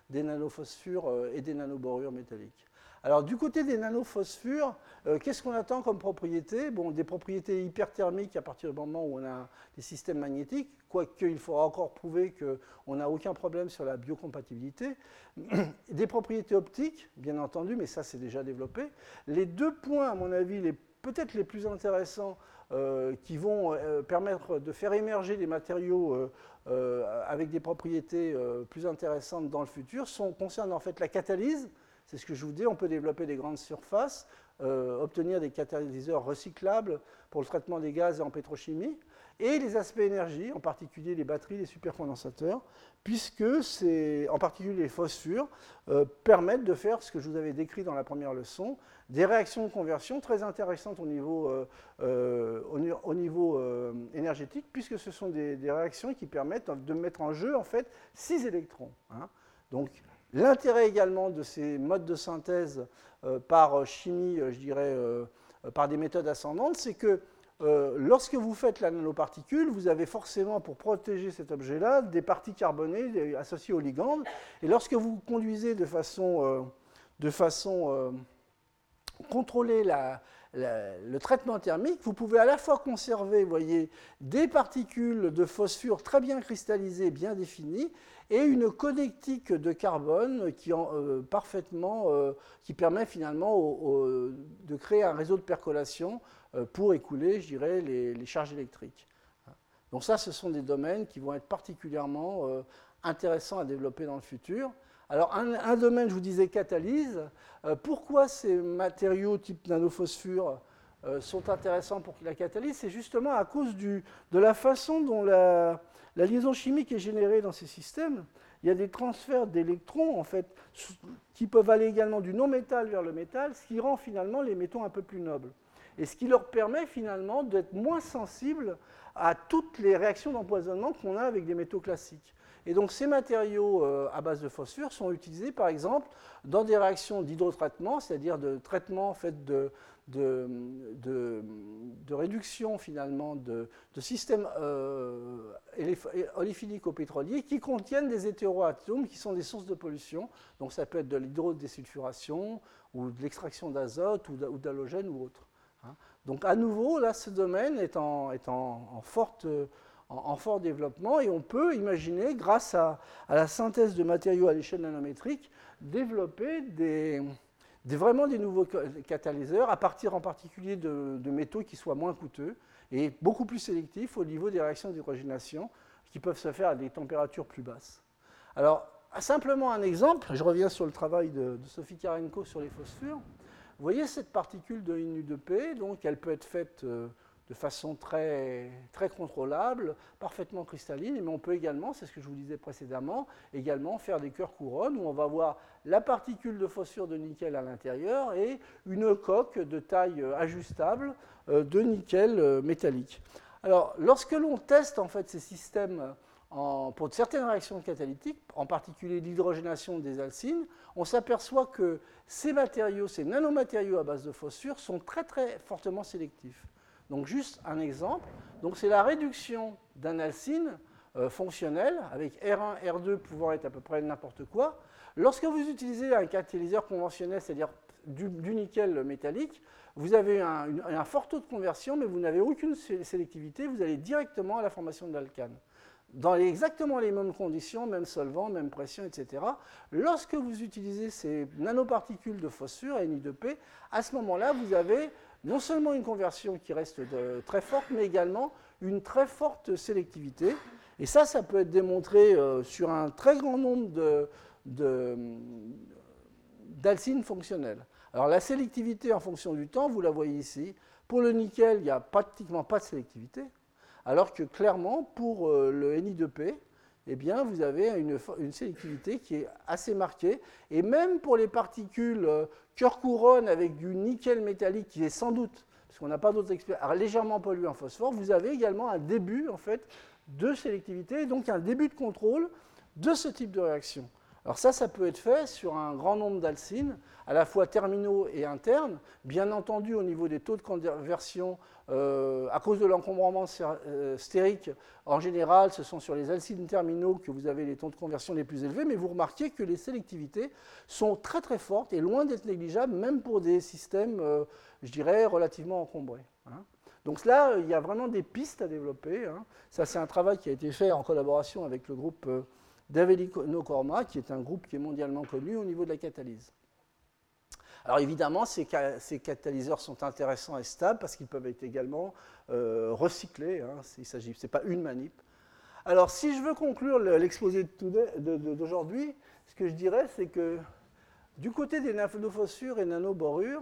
des nanophosphures euh, et des nanoborures métalliques. Alors, du côté des nanophosphures, euh, qu'est-ce qu'on attend comme propriété? Bon, des propriétés hyperthermiques à partir du moment où on a des systèmes magnétiques, quoique il faudra encore prouver qu'on n'a aucun problème sur la biocompatibilité. Des propriétés optiques, bien entendu, mais ça, c'est déjà développé. Les deux points, à mon avis, les, peut-être les plus intéressants, euh, qui vont euh, permettre de faire émerger des matériaux euh, euh, avec des propriétés euh, plus intéressantes dans le futur, sont, concernent en fait la catalyse. C'est ce que je vous dis, on peut développer des grandes surfaces, euh, obtenir des catalyseurs recyclables pour le traitement des gaz et en pétrochimie, et les aspects énergie, en particulier les batteries, les supercondensateurs, puisque c'est, en particulier les phosphures, euh, permettent de faire ce que je vous avais décrit dans la première leçon, des réactions de conversion très intéressantes au niveau, euh, euh, au, au niveau euh, énergétique, puisque ce sont des, des réactions qui permettent de mettre en jeu en fait six électrons. Hein. Donc, l'intérêt également de ces modes de synthèse euh, par chimie, euh, je dirais, euh, par des méthodes ascendantes, c'est que euh, lorsque vous faites la nanoparticule, vous avez forcément, pour protéger cet objet-là, des parties carbonées des, associées aux ligandes. Et lorsque vous conduisez de façon, euh, de façon euh, contrôlée la, la, le traitement thermique, vous pouvez à la fois conserver, vous voyez, des particules de phosphure très bien cristallisées, bien définies, et une connectique de carbone qui, en, euh, parfaitement, euh, qui permet finalement au, au, de créer un réseau de percolation euh, pour écouler, je dirais, les, les charges électriques. Donc ça, ce sont des domaines qui vont être particulièrement euh, intéressants à développer dans le futur. Alors, un, un domaine, je vous disais, catalyse. Euh, pourquoi ces matériaux type nanophosphure euh, sont intéressants pour la catalyse? C'est justement à cause du, de la façon dont la... La liaison chimique est générée dans ces systèmes. Il y a des transferts d'électrons, en fait, qui peuvent aller également du non-métal vers le métal, ce qui rend finalement les métaux un peu plus nobles. Et ce qui leur permet finalement d'être moins sensibles à toutes les réactions d'empoisonnement qu'on a avec des métaux classiques. Et donc ces matériaux euh, à base de phosphure sont utilisés par exemple dans des réactions d'hydrotraitement, c'est-à-dire de traitement en fait, de, de, de, de réduction finalement de, de systèmes euh, oléphiliques au pétrolier qui contiennent des hétéroatomes qui sont des sources de pollution. Donc ça peut être de l'hydrodésulfuration ou de l'extraction d'azote ou d'halogène ou autre. Hein. Donc à nouveau, là, ce domaine est en, est en, en forte... En, en fort développement, et on peut imaginer, grâce à, à la synthèse de matériaux à l'échelle nanométrique, développer des, des, vraiment des nouveaux catalyseurs, à partir en particulier de, de métaux qui soient moins coûteux et beaucoup plus sélectifs au niveau des réactions d'hydrogénation qui peuvent se faire à des températures plus basses. Alors, simplement un exemple, je reviens sur le travail de, de Sophie Karenko sur les phosphures. Vous voyez cette particule de I N U deux P, donc elle peut être faite... Euh, de façon très, très contrôlable, parfaitement cristalline, mais on peut également, c'est ce que je vous disais précédemment, également faire des cœurs couronnes où on va voir la particule de phosphure de nickel à l'intérieur et une coque de taille ajustable de nickel métallique. Alors, lorsque l'on teste en fait ces systèmes en, pour certaines réactions catalytiques, en particulier l'hydrogénation des alcynes, on s'aperçoit que ces matériaux, ces nanomatériaux à base de phosphure sont très très fortement sélectifs. Donc juste un exemple, donc c'est la réduction d'un alcyne euh, fonctionnel, avec R un, R deux pouvant être à peu près n'importe quoi. Lorsque vous utilisez un catalyseur conventionnel, c'est-à-dire du, du nickel métallique, vous avez un, une, un fort taux de conversion, mais vous n'avez aucune sélectivité, vous allez directement à la formation de l'alcane. Dans les, exactement les mêmes conditions, même solvant, même pression, et cetera. Lorsque vous utilisez ces nanoparticules de phosphure, N I deux P, à ce moment-là, vous avez non seulement une conversion qui reste de, très forte, mais également une très forte sélectivité. Et ça, ça peut être démontré euh, sur un très grand nombre de, de, d'alcynes fonctionnelles. Alors la sélectivité en fonction du temps, vous la voyez ici. Pour le nickel, il n'y a pratiquement pas de sélectivité, alors que clairement, pour euh, le N I deux P, eh bien, vous avez une, une sélectivité qui est assez marquée. Et même pour les particules euh, cœur-couronne avec du nickel métallique, qui est sans doute, parce qu'on n'a pas d'autres expériences, légèrement pollué en phosphore, vous avez également un début en fait, de sélectivité, et donc un début de contrôle de ce type de réaction. Alors ça, ça peut être fait sur un grand nombre d'alcynes, à la fois terminaux et internes. Bien entendu, au niveau des taux de conversion, euh, à cause de l'encombrement stérique, en général, ce sont sur les alcynes terminaux que vous avez les taux de conversion les plus élevés, mais vous remarquez que les sélectivités sont très très fortes et loin d'être négligeables, même pour des systèmes, euh, je dirais, relativement encombrés. Hein. Donc là, il y a vraiment des pistes à développer. Hein. Ça, c'est un travail qui a été fait en collaboration avec le groupe euh, d'Avellino Corma, qui est un groupe qui est mondialement connu au niveau de la catalyse. Alors évidemment, ces, ca ces catalyseurs sont intéressants et stables parce qu'ils peuvent être également euh, recyclés. Hein, il s'agit, ce n'est pas une manip. Alors si je veux conclure l'exposé d'aujourd'hui, ce que je dirais, c'est que du côté des nanophosphures et nanoborures,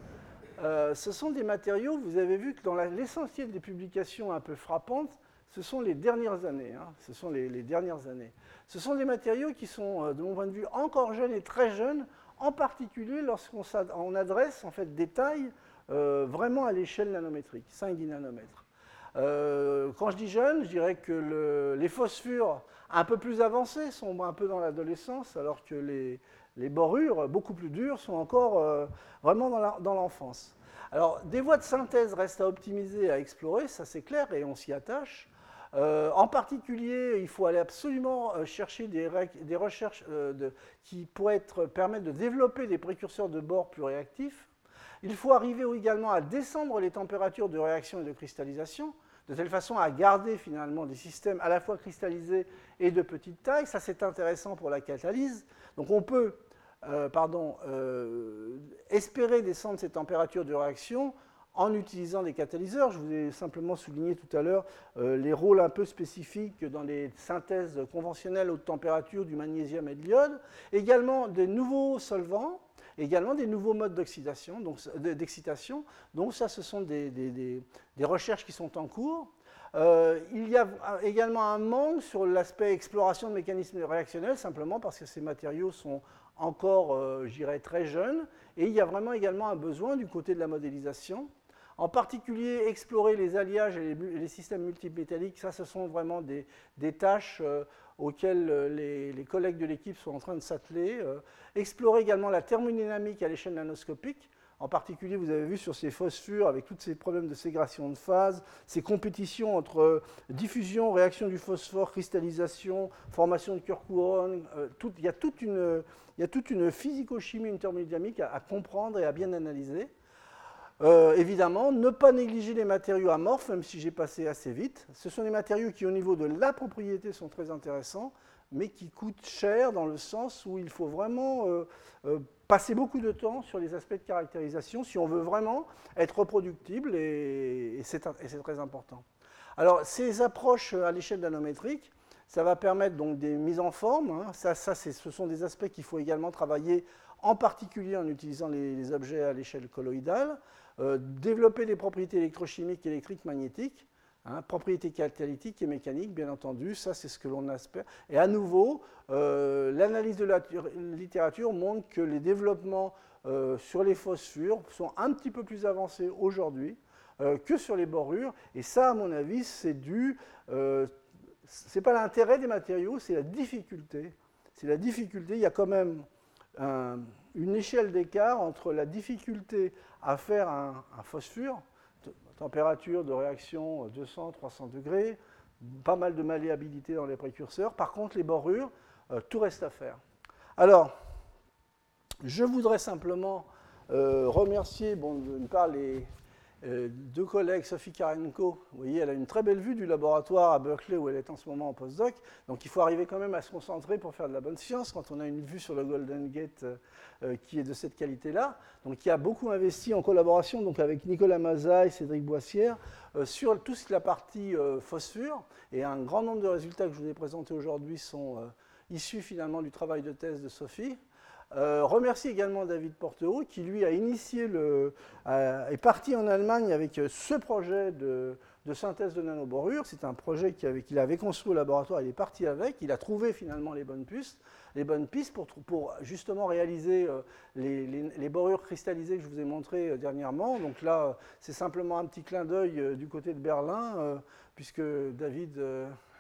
euh, ce sont des matériaux, vous avez vu que dans l'essentiel des publications un peu frappantes, ce sont les dernières années. Hein, ce sont les, les dernières années. Ce sont des matériaux qui sont, de mon point de vue, encore jeunes et très jeunes, en particulier lorsqu'on adresse en fait, des tailles euh, vraiment à l'échelle nanométrique, cinq à dix nanomètres. Euh, quand je dis jeunes, je dirais que le, les phosphures un peu plus avancés sont un peu dans l'adolescence, alors que les, les borures, beaucoup plus dures, sont encore euh, vraiment dans l'enfance. Alors, des voies de synthèse restent à optimiser, à explorer, ça c'est clair, et on s'y attache. Euh, en particulier, il faut aller absolument euh, chercher des, des recherches euh, de, qui pourraient être, permettre de développer des précurseurs de bord plus réactifs. Il faut arriver également à descendre les températures de réaction et de cristallisation, de telle façon à garder finalement des systèmes à la fois cristallisés et de petite taille. Ça, c'est intéressant pour la catalyse. Donc, on peut euh, pardon, euh, espérer descendre ces températures de réaction en utilisant des catalyseurs. Je vous ai simplement souligné tout à l'heure euh, les rôles un peu spécifiques dans les synthèses conventionnelles haute température du magnésium et de l'iode. Également des nouveaux solvants, également des nouveaux modes d'excitation. Donc, donc ça, ce sont des, des, des, des recherches qui sont en cours. Euh, il y a également un manque sur l'aspect exploration de mécanismes réactionnels, simplement parce que ces matériaux sont encore, euh, je dirais, très jeunes. Et il y a vraiment également un besoin du côté de la modélisation. En particulier, explorer les alliages et les, les systèmes multimétalliques, ça, ce sont vraiment des, des tâches euh, auxquelles les, les collègues de l'équipe sont en train de s'atteler. Euh, explorer également la thermodynamique à l'échelle nanoscopique. En particulier, vous avez vu sur ces phosphures, avec tous ces problèmes de ségration de phase, ces compétitions entre diffusion, réaction du phosphore, cristallisation, formation de cœur-couronne, euh, il y a toute une, il y a toute une physico-chimie, une thermodynamique à, à comprendre et à bien analyser. Euh, évidemment, ne pas négliger les matériaux amorphes, même si j'ai passé assez vite. Ce sont des matériaux qui, au niveau de la propriété, sont très intéressants, mais qui coûtent cher dans le sens où il faut vraiment euh, euh, passer beaucoup de temps sur les aspects de caractérisation si on veut vraiment être reproductible, et, et c'est très important. Alors, ces approches à l'échelle nanométrique, ça va permettre donc des mises en forme. Hein. Ça, ça ce sont des aspects qu'il faut également travailler, en particulier en utilisant les, les objets à l'échelle colloïdale. Euh, développer des propriétés électrochimiques, électriques, magnétiques, hein, propriétés catalytiques et mécaniques, bien entendu, ça c'est ce que l'on espère. Et à nouveau, euh, l'analyse de la littérature montre que les développements euh, sur les phosphures sont un petit peu plus avancés aujourd'hui euh, que sur les borures, et ça, à mon avis, c'est dû, euh, c'est pas l'intérêt des matériaux, c'est la difficulté. C'est la difficulté, il y a quand même un, une échelle d'écart entre la difficulté à faire un, un phosphure, température de réaction deux cents à trois cents degrés, pas mal de malléabilité dans les précurseurs. Par contre, les borures, euh, tout reste à faire. Alors, je voudrais simplement euh, remercier, bon, d'une part, les euh, deux collègues, Sophie Karenko. Vous voyez, elle a une très belle vue du laboratoire à Berkeley où elle est en ce moment en postdoc. Donc, il faut arriver quand même à se concentrer pour faire de la bonne science quand on a une vue sur le Golden Gate euh, qui est de cette qualité-là. Donc, qui a beaucoup investi en collaboration donc, avec Nicolas Mazza et Cédric Boissière euh, sur toute la partie euh, phosphure. Et un grand nombre de résultats que je vous ai présentés aujourd'hui sont euh, issus finalement du travail de thèse de Sophie. Euh, remercie également David Porteau qui lui a initié le, euh, est parti en Allemagne avec ce projet de, de synthèse de nanoborures. C'est un projet qu'il avait, qu'il avait construit au laboratoire, il est parti avec, il a trouvé finalement les bonnes pistes, les bonnes pistes pour, pour justement réaliser euh, les, les, les borures cristallisées que je vous ai montrées euh, dernièrement. Donc là, c'est simplement un petit clin d'œil euh, du côté de Berlin, euh, puisque David... Euh,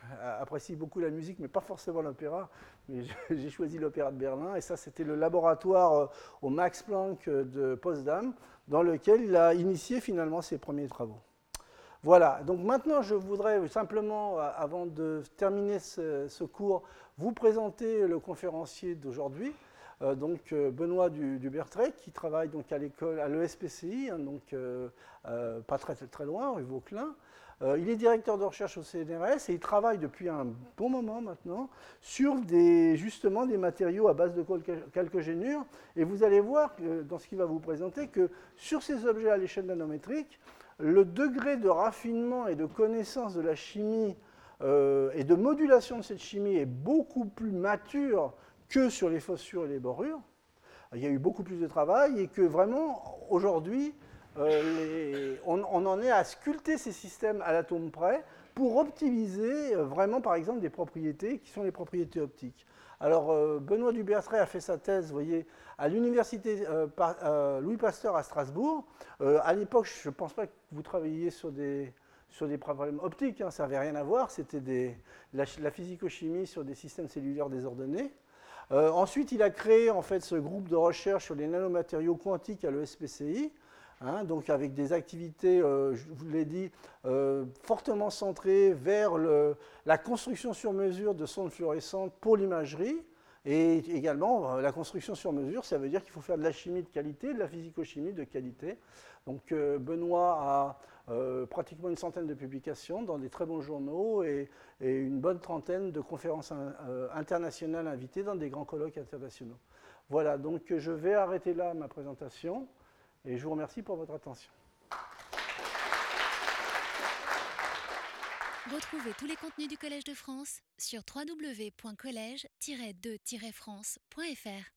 apprécie beaucoup la musique, mais pas forcément l'opéra. Mais j'ai choisi l'Opéra de Berlin, et ça, c'était le laboratoire au Max Planck de Potsdam, dans lequel il a initié finalement ses premiers travaux. Voilà, donc maintenant je voudrais simplement, avant de terminer ce, ce cours, vous présenter le conférencier d'aujourd'hui, euh, donc euh, Benoît du, du Bertret, qui travaille donc à l'école, à l'E S P C I, hein, donc euh, euh, pas très, très loin, rue Vauquelin. Euh, il est directeur de recherche au C N R S et il travaille depuis un bon moment maintenant sur des, justement des matériaux à base de chalcogénure. Et vous allez voir, que, dans ce qu'il va vous présenter, que sur ces objets à l'échelle nanométrique, le degré de raffinement et de connaissance de la chimie euh, et de modulation de cette chimie est beaucoup plus mature que sur les phospures et les borures. Il y a eu beaucoup plus de travail et que vraiment, aujourd'hui, euh, on, on en est à sculpter ces systèmes à l'atome près pour optimiser euh, vraiment, par exemple, des propriétés qui sont les propriétés optiques. Alors, euh, Benoît du Bertret a fait sa thèse, vous voyez, à l'université euh, euh, Louis Pasteur à Strasbourg. Euh, à l'époque, je ne pense pas que vous travailliez sur des, sur des problèmes optiques, hein, ça n'avait rien à voir, c'était des, la, la physico-chimie sur des systèmes cellulaires désordonnés. Euh, ensuite, il a créé en fait ce groupe de recherche sur les nanomatériaux quantiques à l'E S P C I, hein, donc avec des activités, euh, je vous l'ai dit, euh, fortement centrées vers le, la construction sur mesure de sondes fluorescentes pour l'imagerie. Et également, la construction sur mesure, ça veut dire qu'il faut faire de la chimie de qualité, de la physico-chimie de qualité. Donc euh, Benoît a euh, pratiquement une centaine de publications dans des très bons journaux et, et une bonne trentaine de conférences euh, internationales invitées dans des grands colloques internationaux. Voilà, donc je vais arrêter là ma présentation et je vous remercie pour votre attention. Retrouvez tous les contenus du Collège de France sur w w w point collège tiret de tiret france point f r.